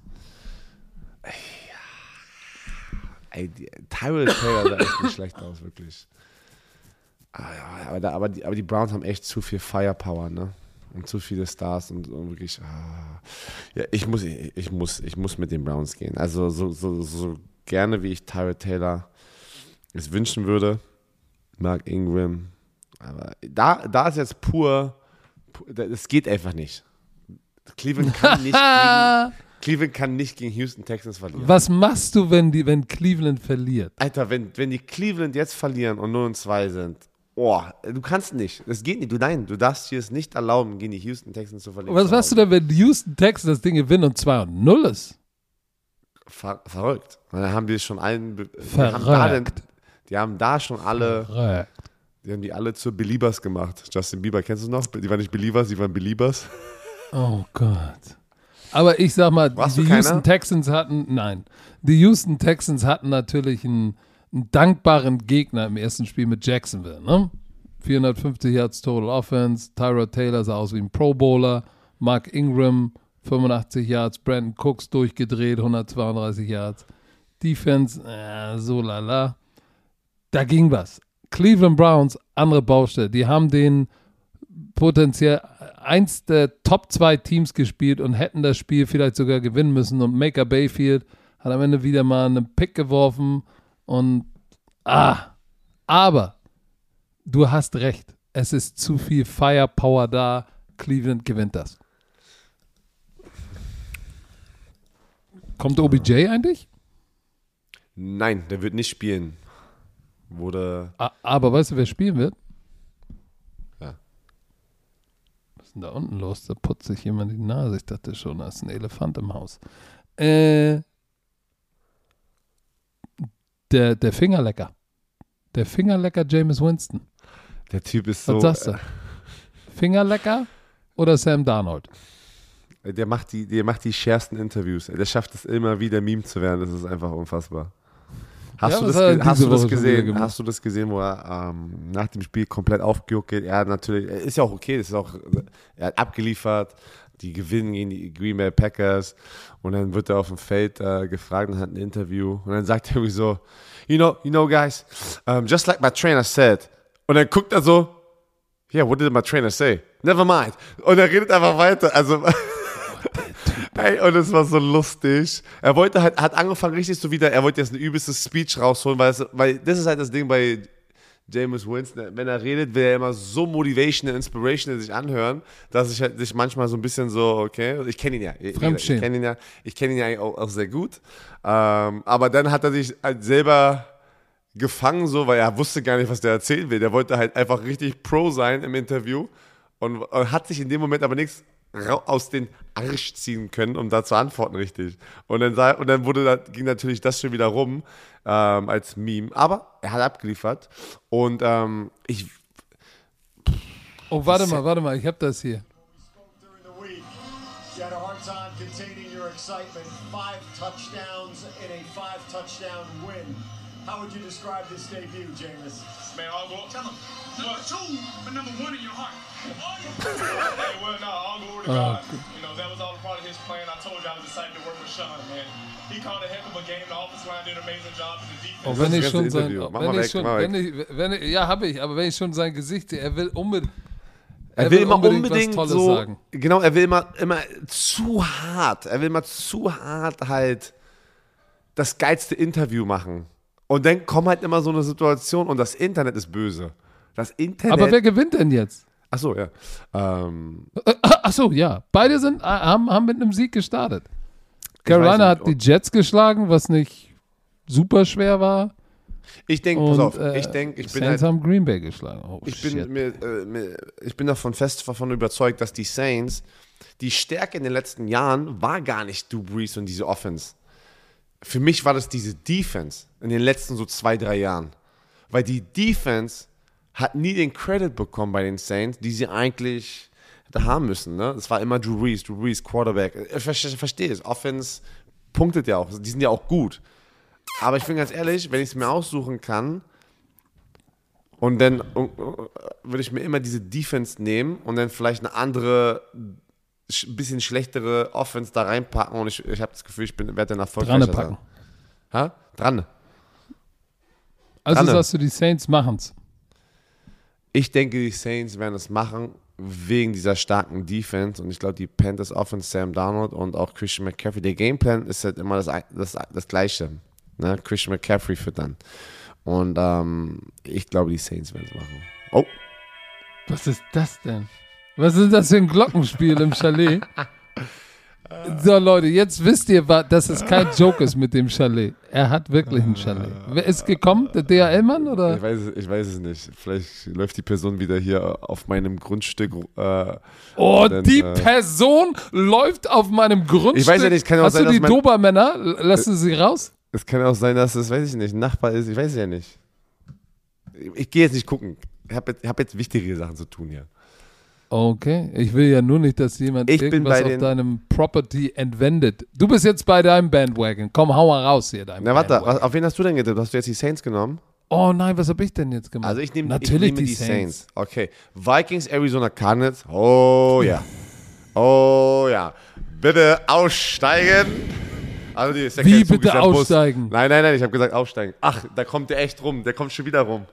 Ey, die, Tyrell Taylor sah echt nicht schlecht aus, wirklich. Ah, ja, aber, da, aber, die, aber die Browns haben echt zu viel Firepower, ne? Und zu viele Stars und, und wirklich. Ah. Ja, ich muss, ich, ich muss, ich muss mit den Browns gehen. Also so, so, so gerne wie ich Tyrell Taylor es wünschen würde, Mark Ingram. Aber da, da ist jetzt pur, es geht einfach nicht. Cleveland kann nicht gegen, Cleveland kann nicht gegen Houston Texans verlieren. Was machst du, wenn, die, wenn Cleveland verliert? Alter, wenn, wenn die Cleveland jetzt verlieren und null und zwei sind, oh, du kannst nicht. Das geht nicht. Du, nein, du darfst dir es nicht erlauben, gegen die Houston Texans zu verlieren. Was machst du denn, wenn die Houston Texans das Ding gewinnen und zwei und null ist? Ver, verrückt. Dann haben die schon allen. Verrückt. Haben da den, die haben da schon alle. Verrückt. Die haben die alle zu Beliebers gemacht. Justin Bieber, kennst du noch? Die waren nicht Beliebers, die waren Beliebers. Oh Gott. Aber ich sag mal, Warst die du Houston keiner? Texans hatten, nein, die Houston Texans hatten natürlich einen, einen dankbaren Gegner im ersten Spiel mit Jacksonville, ne? vierhundertfünfzig Yards Total Offense, Tyrod Taylor sah aus wie ein Pro Bowler, Mark Ingram fünfundachtzig Yards, Brandon Cooks durchgedreht, hundertzweiunddreißig Yards, Defense, äh, so lala. Da ging was. Cleveland Browns, andere Baustelle, die haben den potenziell eins der Top zwei Teams gespielt und hätten das Spiel vielleicht sogar gewinnen müssen und Baker Mayfield hat am Ende wieder mal einen Pick geworfen und ah, aber du hast recht, es ist zu viel Firepower da, Cleveland gewinnt das. Kommt O B J eigentlich? Nein, der wird nicht spielen. Wurde. Aber weißt du, wer spielen wird? Ja. Was ist denn da unten los? Da putzt sich jemand die Nase. Ich dachte schon, da ist ein Elefant im Haus. Äh, der, der Fingerlecker. Der Fingerlecker Jameis Winston. Der Typ ist so. Was sagst du? Fingerlecker oder Sam Darnold? Der macht die, der macht die schärfsten Interviews. Der schafft es immer wieder, Meme zu werden. Das ist einfach unfassbar. Hast, ja, du, das, ge- hast du das gesehen? Hast Hast du das gesehen, wo er ähm, nach dem Spiel komplett aufgejuckt geht? Er hat natürlich, ist ja auch okay, das ist auch, er hat abgeliefert, die gewinnen gegen die Green Bay Packers und dann wird er auf dem Feld äh, gefragt und hat ein Interview und dann sagt er irgendwie so, you know, you know guys, um, just like my trainer said. Und dann guckt er so, yeah, what did my trainer say? Never mind. Und er redet einfach weiter, also Ey, und es war so lustig. Er wollte halt, hat angefangen richtig so wieder, er wollte jetzt eine übelste Speech rausholen, weil, es, weil das ist halt das Ding bei Jameis Winston, wenn er redet, will er immer so motivational, inspirational sich anhören, dass ich halt sich manchmal so ein bisschen so, okay, ich kenne ihn ja. Ich, ich kenne ihn ja, ich kenne ihn ja auch, auch sehr gut. Ähm, aber dann hat er sich halt selber gefangen, so, weil er wusste gar nicht, was der erzählen will. Der wollte halt einfach richtig Pro sein im Interview und, und hat sich in dem Moment aber nichts aus den Arsch ziehen können, um da zu antworten richtig. Und dann, sah, und dann wurde da, ging natürlich das schon wieder rum ähm, als Meme. Aber er hat abgeliefert und ähm, ich... Oh, warte mal, warte mal, ich hab das hier. You had a hard time containing your excitement. Five touchdowns in a five-touchdown win. How would you describe this debut, Jameis? Man, I'll go. Tell him. Number what? two, but number one in your heart. Hey, well, no, I'll go to God. Oh, you know, that was all part of his plan. I told you I was excited to work with Sean, man. He called a heck of a game. The offensive line did an amazing job. The defense. Oh, wenn ich schon sein, wenn ich schon, wenn ich, wenn ich, ja, habe ich, aber wenn ich schon sein Gesicht sehe, er will unbedingt. Er, er will, will immer unbedingt, unbedingt was Tolles so, sagen. Genau, er will immer, immer zu hart. Er will immer zu hart halt das geilste Interview machen. Und dann kommt halt immer so eine Situation und das Internet ist böse. Das Internet. Aber wer gewinnt denn jetzt? Ach so, ja. Ähm, Ach so, ja. Beide sind, haben, haben mit einem Sieg gestartet. Carolina hat die Jets geschlagen, was nicht super schwer war. Ich denke, pass auf, ich denke, ich bin Saints halt, haben Green Bay geschlagen. Oh, ich, shit. bin, mir, äh, mir, ich bin davon fest davon überzeugt, dass die Saints, die Stärke in den letzten Jahren war gar nicht Drew Brees und diese Offense. Für mich war das diese Defense in den letzten so zwei, drei Jahren. Weil die Defense hat nie den Credit bekommen bei den Saints, die sie eigentlich hätte haben müssen. Ne? Es war immer Drew Brees, Drew Brees, Quarterback. Ich verstehe, verstehe es. Offense punktet ja auch. Die sind ja auch gut. Aber ich bin ganz ehrlich, wenn ich es mir aussuchen kann und dann uh, uh, würde ich mir immer diese Defense nehmen und dann vielleicht eine andere, ein bisschen schlechtere Offense da reinpacken und ich, ich habe das Gefühl, ich bin, werde dann erfolgreicher Dran packen. sein. Ha? Dran. Also Dran. sagst du, die Saints machen's? Ich denke, die Saints werden es machen wegen dieser starken Defense und ich glaube, die Panthers Offense, Sam Darnold und auch Christian McCaffrey, der Gameplan ist halt immer das, das, das Gleiche. Ne? Christian McCaffrey füttern. Und ähm, ich glaube, die Saints werden es machen. Oh. Was ist das denn? Was ist das für ein Glockenspiel im Chalet? So, Leute, jetzt wisst ihr, dass es kein Joke ist mit dem Chalet. Er hat wirklich ein Chalet. Wer ist gekommen? Der D H L-Mann? Oder? Ich weiß, ich weiß es nicht. Vielleicht läuft die Person wieder hier auf meinem Grundstück. Äh, oh, dann, die äh, Person läuft auf meinem Grundstück. Ich weiß ja nicht, kann auch Hast sein, du die dass mein, Dobermänner? Lass du sie raus? Es kann auch sein, dass es, weiß ich nicht, ein Nachbar ist. Ich weiß es ja nicht. Ich, ich gehe jetzt nicht gucken. Ich habe jetzt, hab jetzt wichtigere Sachen zu tun hier. Okay, ich will ja nur nicht, dass jemand ich irgendwas auf deinem Property entwendet. Du bist jetzt bei deinem Bandwagon. Komm, hau mal raus hier. Deinem Na warte, was, auf wen hast du denn getippt? Hast du jetzt die Saints genommen? Oh nein, was habe ich denn jetzt gemacht? Also ich nehme Natürlich ich nehme die, die Saints. Saints. Okay, Vikings, Arizona Cardinals. Oh ja. Oh ja. Bitte aussteigen. Also die ist Wie bitte aussteigen? Nein, nein, nein, ich habe gesagt aussteigen. Ach, da kommt der echt rum. Der kommt schon wieder rum.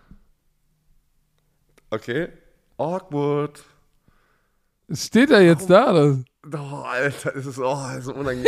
Okay. Awkward. Steht er jetzt oh. da? Oder? Oh, Alter, das ist oh, so unangenehm.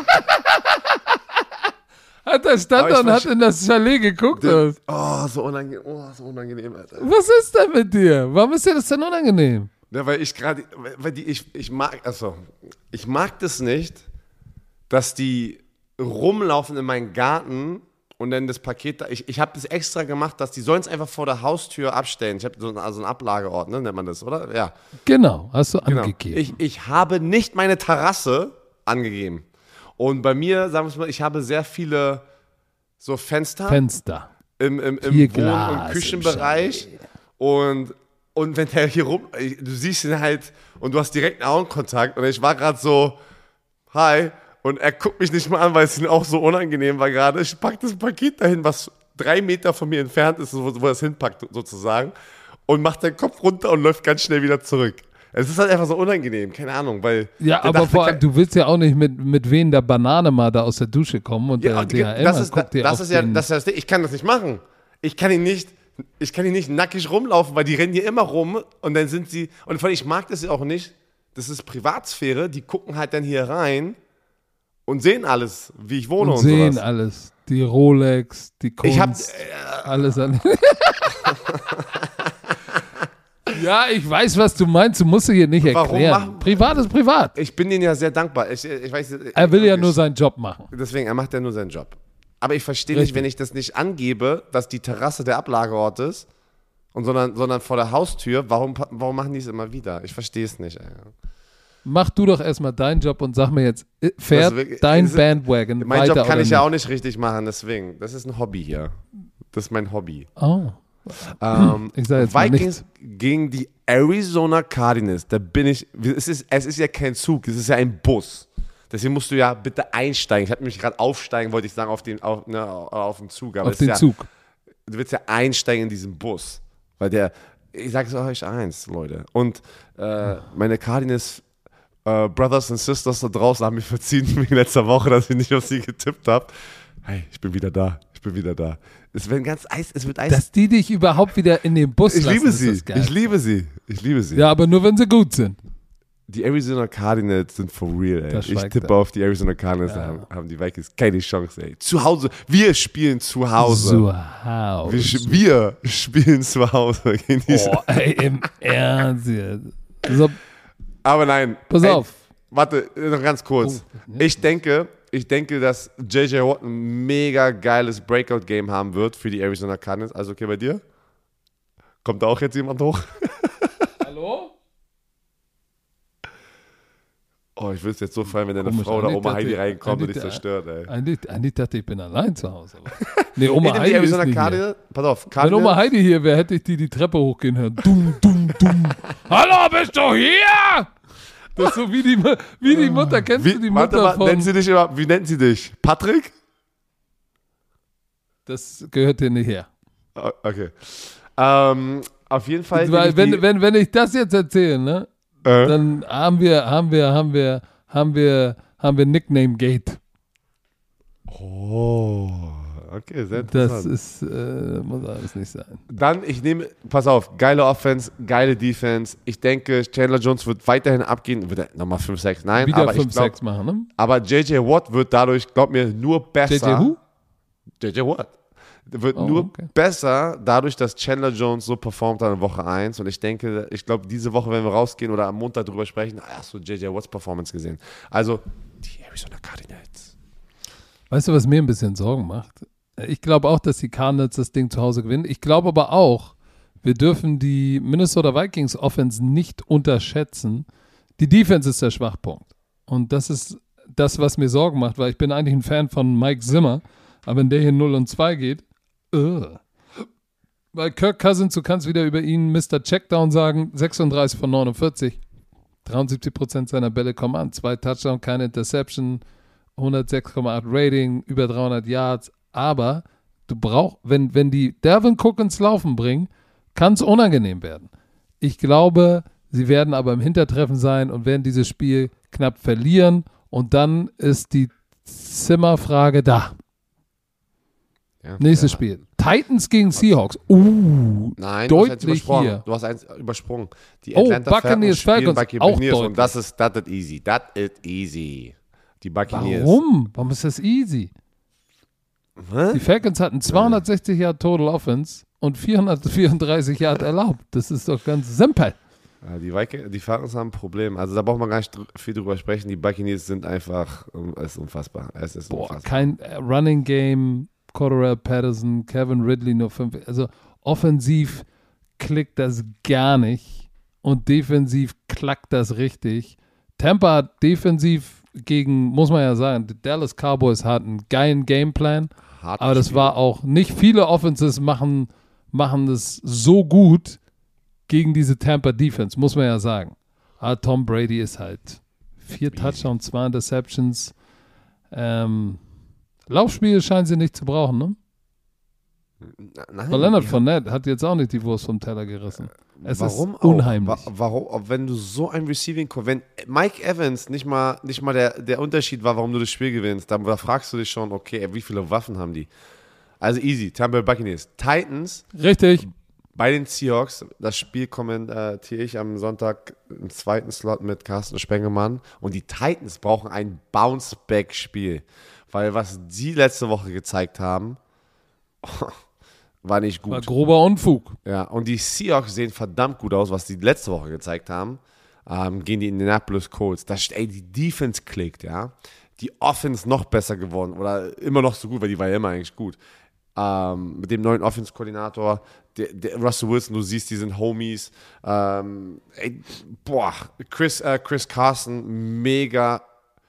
Hat er stand da und hat in das Chalet geguckt? Der, oh, so unangenehm, oh, so unangenehm, Alter. Was ist denn mit dir? Warum ist dir das denn unangenehm? Ja, weil ich gerade, weil die, ich, ich mag, also, ich mag das nicht, dass die rumlaufen in meinen Garten und dann das Paket da, ich, ich habe das extra gemacht, dass die sollen es einfach vor der Haustür abstellen. Ich habe so einen, also einen Ablageort, ne, nennt man das, oder? Ja. Genau, hast du genau. angegeben. Ich, ich habe nicht meine Terrasse angegeben. Und bei mir, sagen wir mal, ich habe sehr viele so Fenster. Fenster. Im, im, im Wohn- und Küchenbereich. Und, und wenn der hier rum, du siehst ihn halt und du hast direkt einen Augenkontakt. Und ich war gerade so, hi. Und er guckt mich nicht mal an, weil es ihm auch so unangenehm war gerade. Ich packe das Paket dahin, was drei Meter von mir entfernt ist, wo, wo er es hinpackt sozusagen. Und macht den Kopf runter und läuft ganz schnell wieder zurück. Es ist halt einfach so unangenehm, keine Ahnung, weil... Ja, aber vor allem, du willst ja auch nicht mit, mit wen der Banane mal da aus der Dusche kommen und ja, der D H L das ist, guckt dir das auf ist ja, den... das ist ja, ich kann das nicht machen. Ich kann ihn nicht, ich kann ihn nicht nackig rumlaufen, weil die rennen hier immer rum und dann sind sie... Und vor allem, ich mag das ja auch nicht, das ist Privatsphäre, die gucken halt dann hier rein und sehen alles, wie ich wohne und, und sehen sowas. alles. Die Rolex, die Kunst, ich hab, äh, alles an. Ja, ich weiß, was du meinst. Du musst dir hier nicht Warum erklären. machen- Privat ist privat. Ich bin denen ja sehr dankbar. Ich, ich weiß, Er will ja ich, nur seinen Job machen. Deswegen, er macht ja nur seinen Job. Aber ich verstehe nicht, Richtig. wenn ich das nicht angebe, dass die Terrasse der Ablageort ist, und sondern, sondern vor der Haustür, warum, warum machen die es immer wieder? Ich verstehe es nicht. Ey. Mach du doch erstmal deinen Job und sag mir jetzt, äh, fährt Das ist wirklich- dein ist- Bandwagon Mein weiter Job kann oder ich ja nicht? auch nicht richtig machen, deswegen. Das ist ein Hobby hier. Das ist mein Hobby. Oh. Ähm, Ich sag jetzt mal Vikings gegen die Arizona Cardinals. Da bin ich. Es ist, es ist ja kein Zug, es ist ja ein Bus. Deswegen musst du ja bitte einsteigen. Ich hatte mich gerade aufsteigen, wollte ich sagen, auf den, auf, ne, auf den Zug. Aber Auf es ist den ja, Zug. Du willst ja einsteigen in diesen Bus. Weil der, ich sag's euch eins, Leute. Und äh, meine Cardinals äh, Brothers and Sisters da draußen haben mich verziehen wegen letzter Woche, dass ich nicht auf sie getippt habe. Hey, ich bin wieder da. Ich bin wieder da. Es wird ganz Eis, es wird Eis. Dass die dich überhaupt wieder in den Bus ich lassen, liebe ist sie. das geil. Ich liebe sie. Ich liebe sie. Ja, aber nur, wenn sie gut sind. Die Arizona Cardinals sind for real, ey. Das Ich schweigt tippe er. auf die Arizona Cardinals, Ja. da haben, haben die Vikings keine Chance, ey. Zu Hause. Wir spielen zu Hause. Zu Wir, Hause. sch- wir spielen zu Hause gegen diese. Oh, ey, im Ernst jetzt. So, Aber nein. pass ey, auf. Warte, noch ganz kurz. Oh, Ich denke, ich denke, dass J J Watt ein mega geiles Breakout-Game haben wird für die Arizona Cardinals. Also okay bei dir? Kommt da auch jetzt jemand hoch? Hallo? Oh, ich würde es jetzt so freuen, wenn deine Komisch, Frau oder eigentlich Oma dachte Heidi ich- reinkommt und dich eigentlich- zerstört, ey. Eigentlich, eigentlich dachte ich, ich bin allein zu Hause. Aber. Nee, Oma Ich nehme Heidi die ist Arizona nicht hier. Cardinals. Pass auf, Wenn Cardinals. Oma Heidi hier wäre, hätte ich die die Treppe hochgehen hören. Dumm, dumm, dumm. Hallo, bist du hier? Das ist so wie die, Mu- wie die Mutter. Kennst Wie, du die warte Mutter mal, von... nennen sie dich immer, wie nennen sie dich? Patrick? Das gehört dir nicht her. Ah, Okay. Ähm, auf jeden Fall. nehme Weil ich wenn, die, wenn, wenn ich das jetzt erzähle, ne, äh, dann haben wir, haben wir, haben wir, haben wir, haben wir Nickname Gate. Oh, okay, sehr Das interessant. ist, äh, muss alles nicht sein. Dann, ich nehme, pass auf, geile Offense, geile Defense. Ich denke, Chandler Jones wird weiterhin abgehen. Wird er nochmal fünf sechs? Nein, Wieder aber ich fünf glaube, sechs machen, ne? aber J J Watt wird dadurch, glaub mir, nur besser. J J who? J J Watt. Wird Oh, nur okay. besser dadurch, dass Chandler Jones so performt hat in Woche eins. Und ich denke, ich glaube, diese Woche, wenn wir rausgehen oder am Montag drüber sprechen, ah, hast du J J Watts Performance gesehen. Also, die Arizona Cardinals. Weißt du, was mir ein bisschen Sorgen macht? Ich glaube auch, dass die Cardinals das Ding zu Hause gewinnen. Ich glaube aber auch, wir dürfen die Minnesota Vikings Offense nicht unterschätzen. Die Defense ist der Schwachpunkt. Und das ist das, was mir Sorgen macht, weil ich bin eigentlich ein Fan von Mike Zimmer. Aber wenn der hier null und zwei geht, uh. Weil Kirk Cousins, du kannst wieder über ihn Mister Checkdown sagen, sechsunddreißig von neunundvierzig. dreiundsiebzig Prozent seiner Bälle kommen an. Zwei Touchdown, keine Interception, hundertsechs Komma acht Rating, über dreihundert Yards. Aber du brauchst, wenn, wenn die Dalvin Cook ins Laufen bringen, kann es unangenehm werden. Ich glaube, sie werden aber im Hintertreffen sein und werden dieses Spiel knapp verlieren. Und dann ist die Zimmerfrage da. Ja, Nächstes ja. Spiel. Titans gegen Seahawks. Uh, Nein, du hast eins deutlich übersprungen. hier. Du hast eins übersprungen. Die Oh, Atlanta Buccaneers, spielen Falcons, bei auch Buccaneers deutlich. und das ist, das ist easy. Das ist easy. Die Buccaneers. Warum? Warum ist das easy? Hä? Die Falcons hatten zweihundertsechzig Yard Total Offense und vierhundertvierunddreißig Yard erlaubt. Das ist doch ganz simpel. Ja, die, Viking, die Falcons haben ein Problem. Also da braucht man gar nicht dr- viel drüber sprechen. Die Buccaneers sind einfach, um, es ist unfassbar. Es ist Boah, unfassbar. kein äh, Running Game. Cordell Patterson, Kevin Ridley nur fünf. Also offensiv klickt das gar nicht und defensiv klackt das richtig. Tampa hat defensiv gegen, muss man ja sagen, die Dallas Cowboys hatten einen geilen Gameplan, Hartes aber das Spiel. war auch, nicht viele Offenses machen, machen das so gut gegen diese Tampa Defense, muss man ja sagen. Aber Tom Brady ist halt vier Touchdowns, zwei Interceptions. Ähm, Laufspiel scheinen sie nicht zu brauchen, ne? Nein, Weil Leonard die- Fournette hat jetzt auch nicht die Wurst vom Teller gerissen. Es warum ist unheimlich. Auch? Wa- Warum, wenn du so ein Receiving Core, wenn Mike Evans nicht mal, nicht mal der, der Unterschied war, warum du das Spiel gewinnst, dann da fragst du dich schon, okay, wie viele Waffen haben die? Also easy, Tampa Bay Buccaneers. Titans Richtig. bei den Seahawks, das Spiel kommentiere ich am Sonntag im zweiten Slot mit Carsten Spengemann und die Titans brauchen ein Bounce-Back-Spiel, weil was sie letzte Woche gezeigt haben, war nicht gut. War grober Unfug. Ja, und die Seahawks sehen verdammt gut aus, was die letzte Woche gezeigt haben. Ähm, gegen die Indianapolis Colts. Da steht, ey, die Defense klickt, ja. Die Offense noch besser geworden oder immer noch so gut, weil die war ja immer eigentlich gut. Ähm, mit dem neuen Offense-Koordinator, der, der Russell Wilson, du siehst, die sind Homies. Ähm, ey, boah, Chris, äh, Chris Carson, mega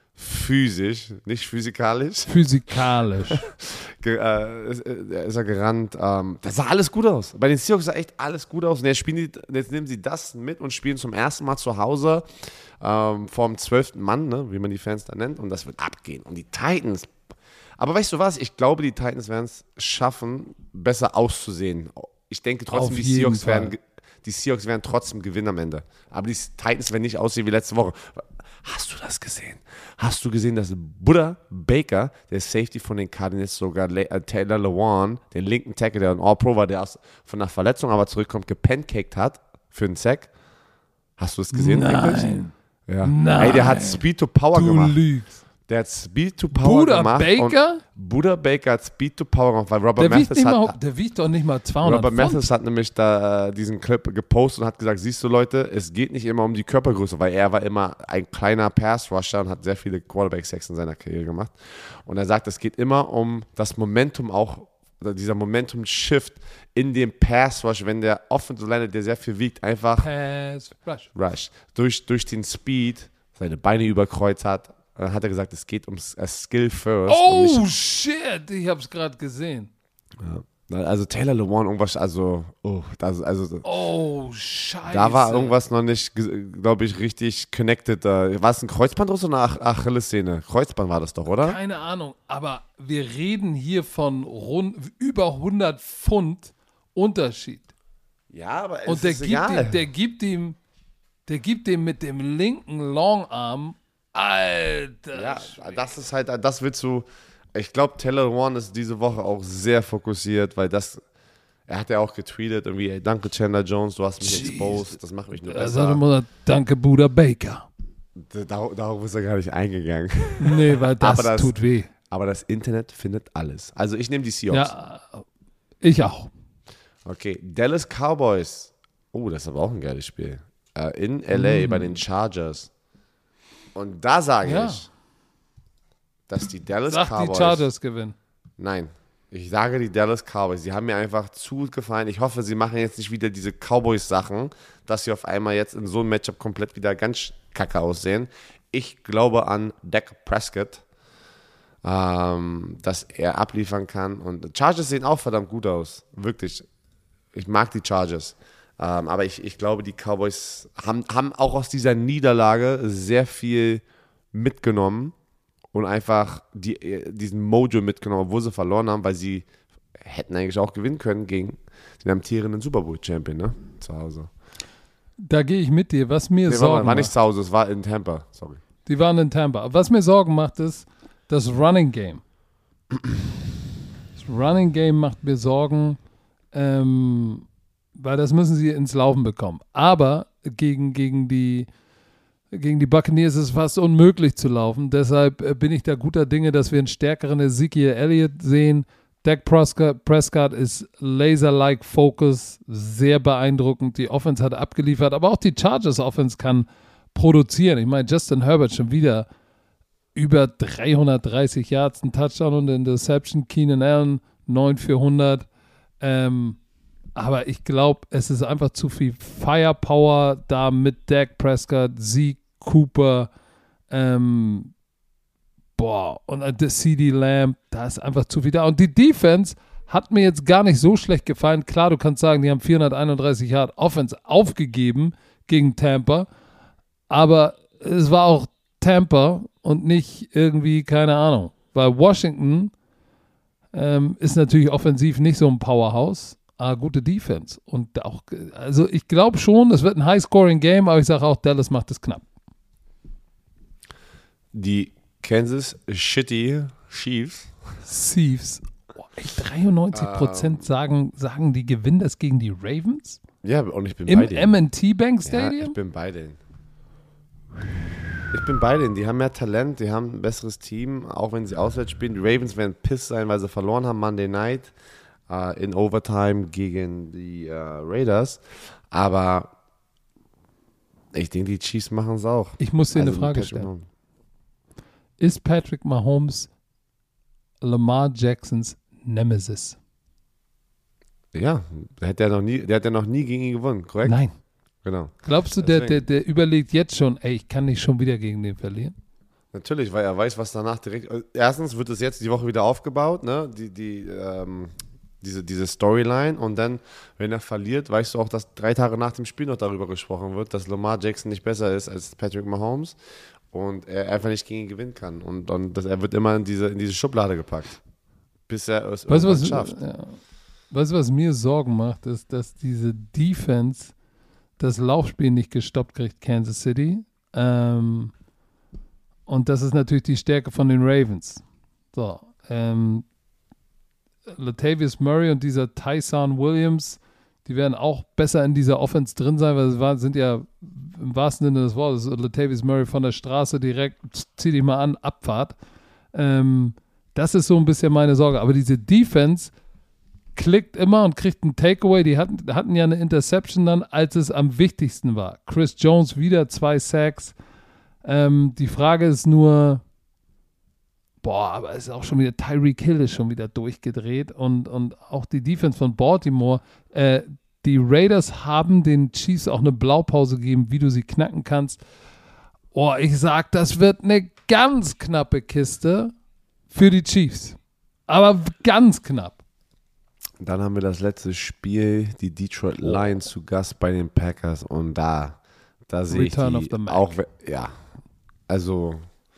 physisch, nicht physikalisch. Physikalisch. Ge- äh, ist, äh, ist er gerannt. Ähm, das sah alles gut aus. Bei den Seahawks sah echt alles gut aus. Und jetzt, spielen die, jetzt nehmen sie das mit und spielen zum ersten Mal zu Hause ähm, vom zwölften Mann, ne, wie man die Fans da nennt. Und das wird abgehen. Und die Titans. Aber weißt du was? Ich glaube, die Titans werden es schaffen, besser auszusehen. Ich denke trotzdem, Auf die jeden Seahawks, Fall. werden, ge- die Seahawks werden trotzdem gewinnen am Ende. Aber die Titans werden nicht aussehen wie letzte Woche. Hast du das gesehen? Hast du gesehen, dass Buddha Baker, der Safety von den Cardinals, sogar Le- äh, Taylor Lewan, den linken Tackle, der ein All-Pro war, der aus, von einer Verletzung aber zurückkommt, gepancaked hat für einen Sack? Hast du das gesehen eigentlich? Nein. Ja. Nein. Ey, der hat Speed to Power Du gemacht. lügst. Der hat Speed to Power Buddha gemacht. Baker? Und Buddha Baker hat Speed to Power gemacht, weil Robert Der wiegt, Mathis nicht hat... mal, der wiegt doch nicht mal zweihundert Robert Pfund. Mathis hat nämlich da äh, diesen Clip gepostet und hat gesagt, siehst du Leute, es geht nicht immer um die Körpergröße, weil er war immer ein kleiner Pass-Rusher und hat sehr viele Quarterback-Sacks in seiner Karriere gemacht. Und er sagt, es geht immer um das Momentum auch, oder dieser Momentum-Shift in dem Pass-Rush, wenn der Offensive Liner, der sehr viel wiegt, einfach Pass, Rush. Rush, durch, durch den Speed seine Beine überkreuzt hat. Dann hat er gesagt, es geht ums uh, Skill first. und Oh, nicht, shit. Ich hab's gerade gesehen. ja. Also Taylor Lewan, irgendwas, also, oh, das, also Oh, scheiße. da war irgendwas noch nicht, glaube ich, richtig connected. War es ein Kreuzband oder so eine Ach- Achillessehne? Kreuzband war das doch, oder? Keine Ahnung, aber wir reden hier von rund, über hundert Pfund Unterschied. Ja, aber es Und der ist gibt, egal. ihm, der gibt ihm, der gibt ihm mit dem linken Longarm, Alter. Ja, das ist halt, das willst du, ich glaube, Taylor Lewan ist diese Woche auch sehr fokussiert, weil das, er hat ja auch getweetet, irgendwie, ey, danke Chandler Jones, du hast mich Jesus. exposed, das macht mich nur Er sagte besser. mal, danke Buddha Baker. Dar- Darauf ist er gar nicht eingegangen. Nee, weil das, Aber das- tut weh. Aber das Internet findet alles. Also ich nehme die Seahawks. Ja, ich auch. Okay, Dallas Cowboys. Oh, das ist aber auch ein geiles Spiel. Äh, in L A bei den Chargers. Und da sage Ja. ich, dass die Dallas Sag, Cowboys... die Chargers gewinnen. Nein, ich sage die Dallas Cowboys. Die haben mir einfach zu gut gefallen. Ich hoffe, sie machen jetzt nicht wieder diese Cowboys-Sachen, dass sie auf einmal jetzt in so einem Matchup komplett wieder ganz kacke aussehen. Ich glaube an Dak Prescott, ähm, dass er abliefern kann. Und Chargers sehen auch verdammt gut aus. Wirklich. Ich mag die Chargers. Ähm, aber ich, ich glaube, die Cowboys haben, haben auch aus dieser Niederlage sehr viel mitgenommen und einfach die, diesen Mojo mitgenommen, obwohl sie verloren haben, weil sie hätten eigentlich auch gewinnen können gegen den amtierenden Super Bowl-Champion, ne? Zu Hause. Da gehe ich mit dir. Was mir Nee, war, Sorgen war nicht macht, zu Hause, es war in Tampa, sorry. die waren in Tampa. Was mir Sorgen macht, ist das Running Game. Das Running Game macht mir Sorgen, ähm, weil das müssen sie ins Laufen bekommen. Aber gegen, gegen die gegen die Buccaneers ist es fast unmöglich zu laufen. Deshalb äh, bin ich da guter Dinge, dass wir einen stärkeren Ezekiel Elliott sehen. Dak Prescott, Prescott ist laser-like Focus, sehr beeindruckend. Die Offense hat abgeliefert, aber auch die Chargers Offense kann produzieren. Ich meine, Justin Herbert schon wieder über dreihundertdreißig Yards, ein Touchdown und eine Interception. Keenan Allen neun für hundert. Ähm, aber ich glaube, es ist einfach zu viel Firepower da mit Dak Prescott, Zeke Cooper, ähm, boah, und der C D Lamb, da ist einfach zu viel da. Und die Defense hat mir jetzt gar nicht so schlecht gefallen. Klar, du kannst sagen, die haben vierhunderteinunddreißig Yard Offense aufgegeben gegen Tampa, aber es war auch Tampa und nicht irgendwie, keine Ahnung, weil Washington ähm, ist natürlich offensiv nicht so ein Powerhouse, aber gute Defense. Und auch, also ich glaube schon, es wird ein High-Scoring-Game, aber ich sage auch, Dallas macht es knapp. Die Kansas City Chiefs. Chiefs. Oh, ey, dreiundneunzig Prozent sagen, sagen, die gewinnen das gegen die Ravens? Ja, und ich bin Im bei denen. M und T Bank Ja, Stadium? ich bin bei denen. Ich bin bei denen. Die haben mehr Talent, die haben ein besseres Team, auch wenn sie auswärts spielen. Die Ravens werden piss sein, weil sie verloren haben Monday Night. äh, in Overtime gegen die äh, Raiders. Aber ich denke, die Chiefs machen es auch. Ich muss dir Also eine Frage Patrick stellen. Mahomes. Ist Patrick Mahomes Lamar Jacksons Nemesis? Ja, der hat ja noch nie, der hat ja noch nie gegen ihn gewonnen, korrekt? Nein. Genau. Glaubst du, der, Deswegen. der, der überlegt jetzt schon, ey, ich kann nicht schon wieder gegen den verlieren? Natürlich, weil er weiß, was danach direkt. Erstens wird es jetzt die Woche wieder aufgebaut, ne? Die, die, ähm, diese, diese Storyline. Und dann, wenn er verliert, weißt du auch, dass drei Tage nach dem Spiel noch darüber gesprochen wird, dass Lamar Jackson nicht besser ist als Patrick Mahomes und er einfach nicht gegen ihn gewinnen kann. Und, und dass er wird immer in diese, in diese Schublade gepackt, bis er es Weißt du, irgendwann was, schafft. ja. Weißt du, was mir Sorgen macht, ist, dass diese Defense das Laufspiel nicht gestoppt kriegt, Kansas City. Ähm, und das ist natürlich die Stärke von den Ravens. So, ähm, Latavius Murray und dieser Tyson Williams, die werden auch besser in dieser Offense drin sein, weil sie waren, sind ja im wahrsten Sinne des Wortes, Latavius Murray von der Straße direkt, zieh dich mal an, Abfahrt. Ähm, das ist so ein bisschen meine Sorge. Aber diese Defense klickt immer und kriegt einen Takeaway. Die hatten, hatten ja eine Interception dann, als es am wichtigsten war. Chris Jones wieder zwei Sacks. Ähm, die Frage ist nur, boah, aber es ist auch schon wieder, Tyreek Hill ist schon wieder durchgedreht und, und auch die Defense von Baltimore. Äh, die Raiders haben den Chiefs auch eine Blaupause gegeben, wie du sie knacken kannst. Oh, ich sag, das wird eine ganz knappe Kiste für die Chiefs. Aber ganz knapp. Dann haben wir das letzte Spiel, die Detroit Lions zu Gast bei den Packers und da, da sehe ich Return die of the Mac. auch, ja, also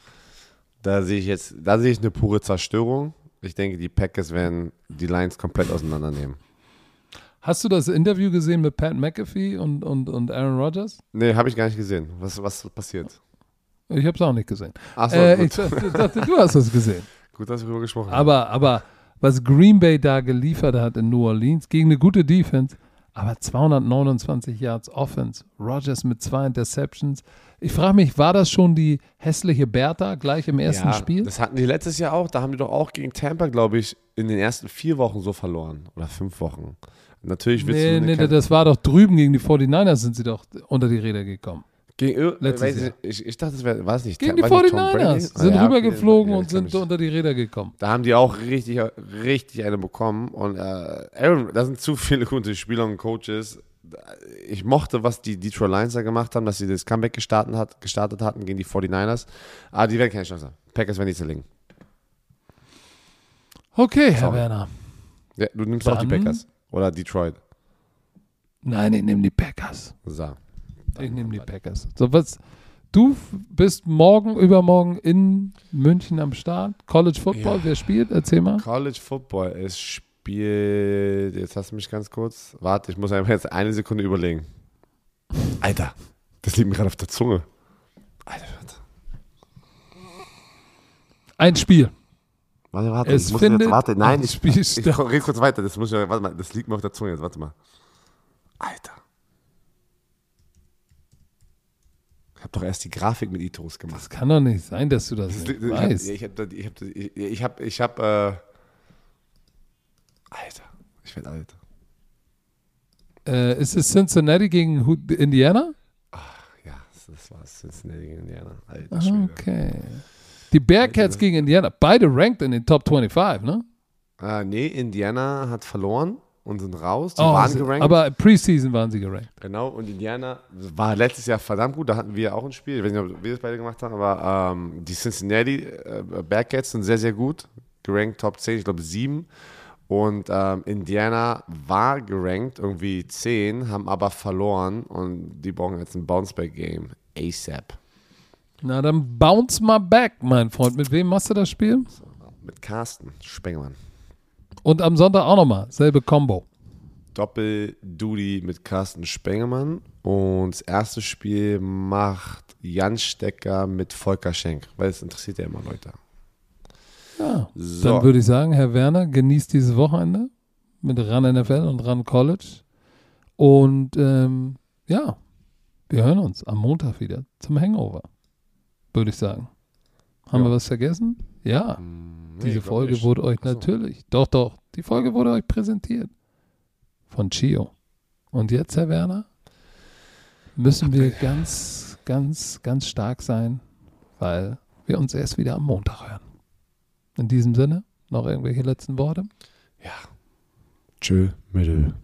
da sehe ich jetzt, da sehe ich eine pure Zerstörung. Ich denke, die Packers werden die Lions komplett auseinandernehmen. Hast du das Interview gesehen mit Pat McAfee und, und, und Aaron Rodgers? Nee, habe ich gar nicht gesehen. Was, was passiert? Ich habe es auch nicht gesehen. Ach so, äh, gut. ich dachte, dachte, du hast es gesehen. Gut, dass wir darüber gesprochen haben. Aber, aber was Green Bay da geliefert hat in New Orleans gegen eine gute Defense, aber zweihundertneunundzwanzig Yards Offense, Rodgers mit zwei Interceptions. Ich frage mich, war das schon die hässliche Bertha gleich im ersten ja, Spiel? Das hatten die letztes Jahr auch. Da haben die doch auch gegen Tampa, glaube ich, in den ersten vier Wochen so verloren. Oder fünf Wochen. Natürlich willst Nee, du nee, keine- das war doch drüben gegen die forty-niners sind sie doch unter die Räder gekommen. Gegen, äh, Letztes weiß Jahr. ich, ich, ich dachte, das wäre, war es nicht. Gegen die war nicht Tom forty-niners Brady? sind Ah, ja, rübergeflogen okay, und ja, sind kann unter die Räder gekommen. Da haben die auch richtig, richtig eine bekommen. Und äh, Aaron, da sind zu viele gute Spieler und Coaches. Ich mochte, was die Detroit Lions da gemacht haben, dass sie das Comeback gestartet, hat, gestartet hatten gegen die forty-niners. Aber die werden keine Chance haben. Packers werden nicht zerlegen. Okay, Herr Sorry. Werner. Ja, du nimmst auch die Dann- Packers. Oder Detroit. Nein, ich nehme die Packers. So. Ich nehme die Packers. So, was? Du f- bist morgen, übermorgen in München am Start. College Football, Ja. wer spielt? Erzähl mal. College Football. Es spielt. Jetzt hast du mich ganz kurz. Warte, ich muss einfach jetzt eine Sekunde überlegen. Alter, das liegt mir gerade auf der Zunge. Alter, warte. Ein Spiel. Warte, warte. Es ich muss findet jetzt, warte, nein, ein ich, Spiel ich, statt. ich red kurz weiter. Das muss ich, warte mal, das liegt mir auf der Zunge jetzt. Warte mal. Alter. Ich habe doch erst die Grafik mit Itos gemacht. Das kann doch nicht sein, dass du das Das, nicht ich weißt. habe, ich habe, ich habe, ich, ich habe, ich habe, äh, Alter, ich werde alt. Äh, ist es Cincinnati gegen Hu- Indiana? Ja, das, das war Cincinnati gegen Indiana. Alter Schwede. Okay. Die Bearcats gegen Indiana. Beide ranked in den Top fünfundzwanzig, ne? Äh, nee, Indiana hat verloren und sind raus. Die Oh, waren sie- gerankt. aber Preseason waren sie gerankt. Genau, und Indiana war letztes Jahr verdammt gut. Da hatten wir auch ein Spiel. Ich weiß nicht, ob wir das beide gemacht haben, aber ähm, die Cincinnati äh, Bearcats sind sehr, sehr gut. Gerankt Top zehn, ich glaube sieben. Und ähm, Indiana war gerankt, irgendwie zehn, haben aber verloren und die brauchen jetzt ein Bounceback-Game. ASAP. Na, dann bounce mal back, mein Freund. Mit wem machst du das Spiel? Mit Carsten Spengemann. Und am Sonntag auch nochmal. Selbe Combo. Doppel-Duty mit Carsten Spengemann. Und das erste Spiel macht Jan Stecker mit Volker Schenk, weil es interessiert ja immer Leute. Ja. So. Dann würde ich sagen, Herr Werner, genießt dieses Wochenende mit Run N F L und Run College. Und ähm, ja, wir hören uns am Montag wieder zum Hangover, würde ich sagen. Haben Ja. wir was vergessen? Ja. Hm, nee, Diese glaub Folge nicht. wurde euch Ach so. natürlich, doch, doch, die Folge wurde euch präsentiert von Chio. Und jetzt, Herr Werner, müssen wir ganz, ganz, ganz stark sein, weil wir uns erst wieder am Montag hören. In diesem Sinne, noch irgendwelche letzten Worte? Ja. Tschö, Mittel.